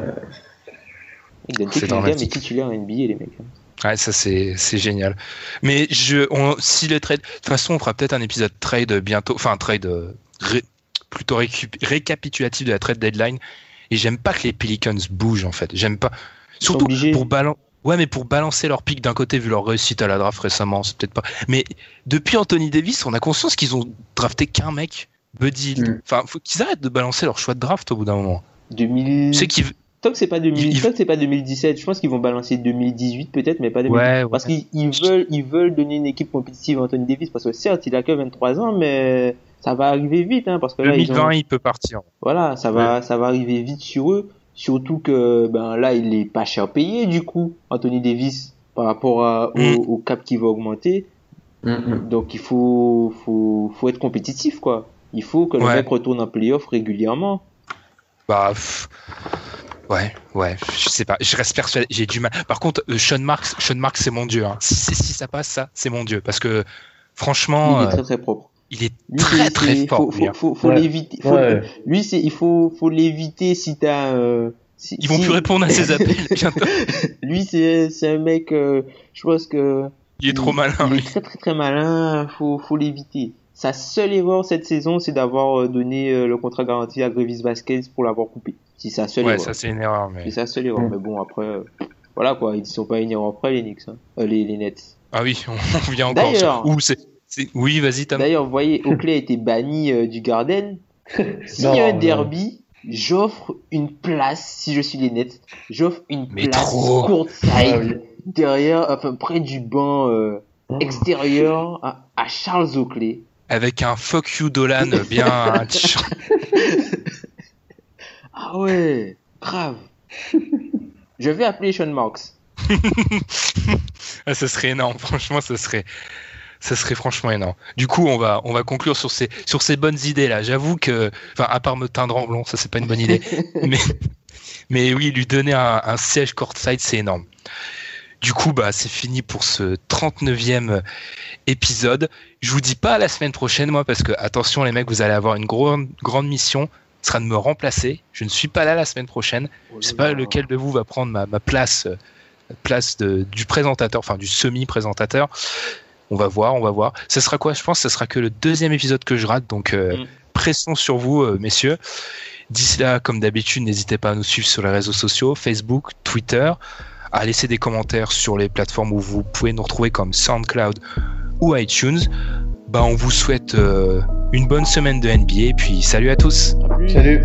Dante Cunningham est titulaire en N B A, les mecs. Ouais, ça c'est c'est génial. Mais je, on, si les trades, de toute façon, on fera peut-être un épisode trade bientôt, enfin un trade ré, plutôt récup, récapitulatif de la trade deadline. Et j'aime pas que les Pelicans bougent en fait. J'aime pas, Ils surtout pour balancer. Ouais, mais pour balancer leur pic d'un côté, vu leur réussite à la draft récemment, c'est peut-être pas. Mais depuis Anthony Davis, on a conscience qu'ils ont drafté qu'un mec, Buddy Hield. Mm. Enfin, faut qu'ils arrêtent de balancer leur choix de draft au bout d'un moment. deux mille C'est qu'ils Tant que c'est pas deux mille, Il- tant que c'est pas deux mille dix-sept, je pense qu'ils vont balancer deux mille dix-huit peut-être, mais pas deux mille dix-huit. Ouais, ouais. Parce qu'ils ils veulent, ils veulent donner une équipe compétitive à Anthony Davis, parce que certes, il a que vingt-trois ans, mais ça va arriver vite, hein, parce que là, deux mille vingt, ils ont, il peut partir. voilà, ça va, ça va arriver vite sur eux. Surtout que, ben, là, il est pas cher payé, du coup, Anthony Davis, par rapport à, au, Mm. au cap qui va augmenter. Mm-mm. Donc, il faut, faut, faut être compétitif, quoi. Il faut que le Ouais. mec retourne en playoff régulièrement. Bah, pff, ouais, ouais, je sais pas, je reste persuadé, j'ai du mal. Par contre, euh, Sean Marks, Sean Marks, c'est mon dieu. Hein. Si, si, si ça passe, ça, c'est mon dieu. Parce que, franchement, Il est euh, très très propre. il est Lui, très c'est- très c'est- fort. Faut, lui, faut, hein. faut, faut Ouais. l'éviter. Faut- Ouais. Lui, c'est, il faut, faut l'éviter si t'as. Euh, si, Ils vont si- plus répondre à ses appels bientôt. Lui, c'est, c'est un mec. Euh, je pense que. Il est trop malin. Il lui. est très très très malin. Faut, faut l'éviter. Sa seule erreur cette saison, c'est d'avoir euh, donné euh, le contrat garanti à Grévis Vasquez pour l'avoir coupé. C'est sa seule Ouais, erreur. ça c'est une erreur. Mais... C'est sa seule erreur. Mm. Mais bon, après, euh, voilà quoi. Ils sont pas une erreur près les Knicks, hein. Euh, les, les Nets. Ah oui, on vient encore. D'ailleurs- Sur... Ouh, c'est, c'est... Oui, vas-y, Tom. D'ailleurs, vous voyez, Oakley a été banni euh, du Garden. S'il y a Non, un non. derby, j'offre une place, si je suis les Nets, j'offre une Mais place trop. courtside Ah oui. derrière, enfin près du banc euh, extérieur à, à Charles Oakley. Avec un fuck you Dolan bien. Ah ouais, grave. Je vais appeler Sean Marks. Ah, ça serait énorme, franchement, ça serait, ça serait franchement énorme. Du coup, on va, on va conclure sur ces, sur ces bonnes idées là. J'avoue que, enfin, à part me teindre en blond, ça c'est pas une bonne idée. mais, mais oui, lui donner un, un siège courtside, c'est énorme. Du coup, bah, c'est fini pour ce trente-neuvième épisode. Je vous dis pas à la semaine prochaine, moi, parce que attention, les mecs, vous allez avoir une grande, grande mission. Ce sera de me remplacer. Je ne suis pas là la semaine prochaine. Je sais pas lequel de vous va prendre ma, ma place. Euh, place de, du présentateur, enfin du semi-présentateur. On va voir, on va voir. Ce sera quoi? Je pense que ce sera que le deuxième épisode que je rate, donc euh, Mm. pression sur vous, euh, messieurs. D'ici là, comme d'habitude, n'hésitez pas à nous suivre sur les réseaux sociaux, Facebook, Twitter, à laisser des commentaires sur les plateformes où vous pouvez nous retrouver comme SoundCloud ou iTunes. Bah, on vous souhaite euh, une bonne semaine de N B A et puis salut à tous. À plus. Salut.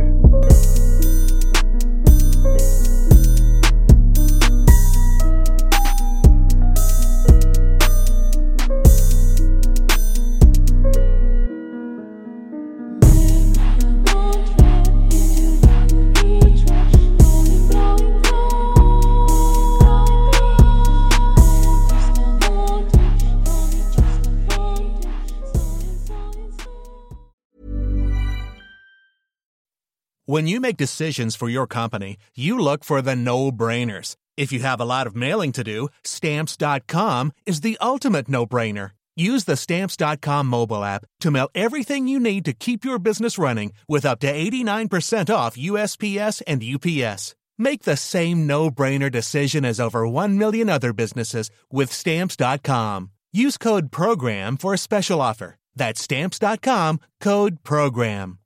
When you make decisions for your company, you look for the no-brainers. If you have a lot of mailing to do, Stamps dot com is the ultimate no-brainer. Use the Stamps dot com mobile app to mail everything you need to keep your business running with up to eighty-nine percent off U S P S and U P S. Make the same no-brainer decision as over one million other businesses with Stamps dot com. Use code PROGRAM for a special offer. That's Stamps dot com, code PROGRAM.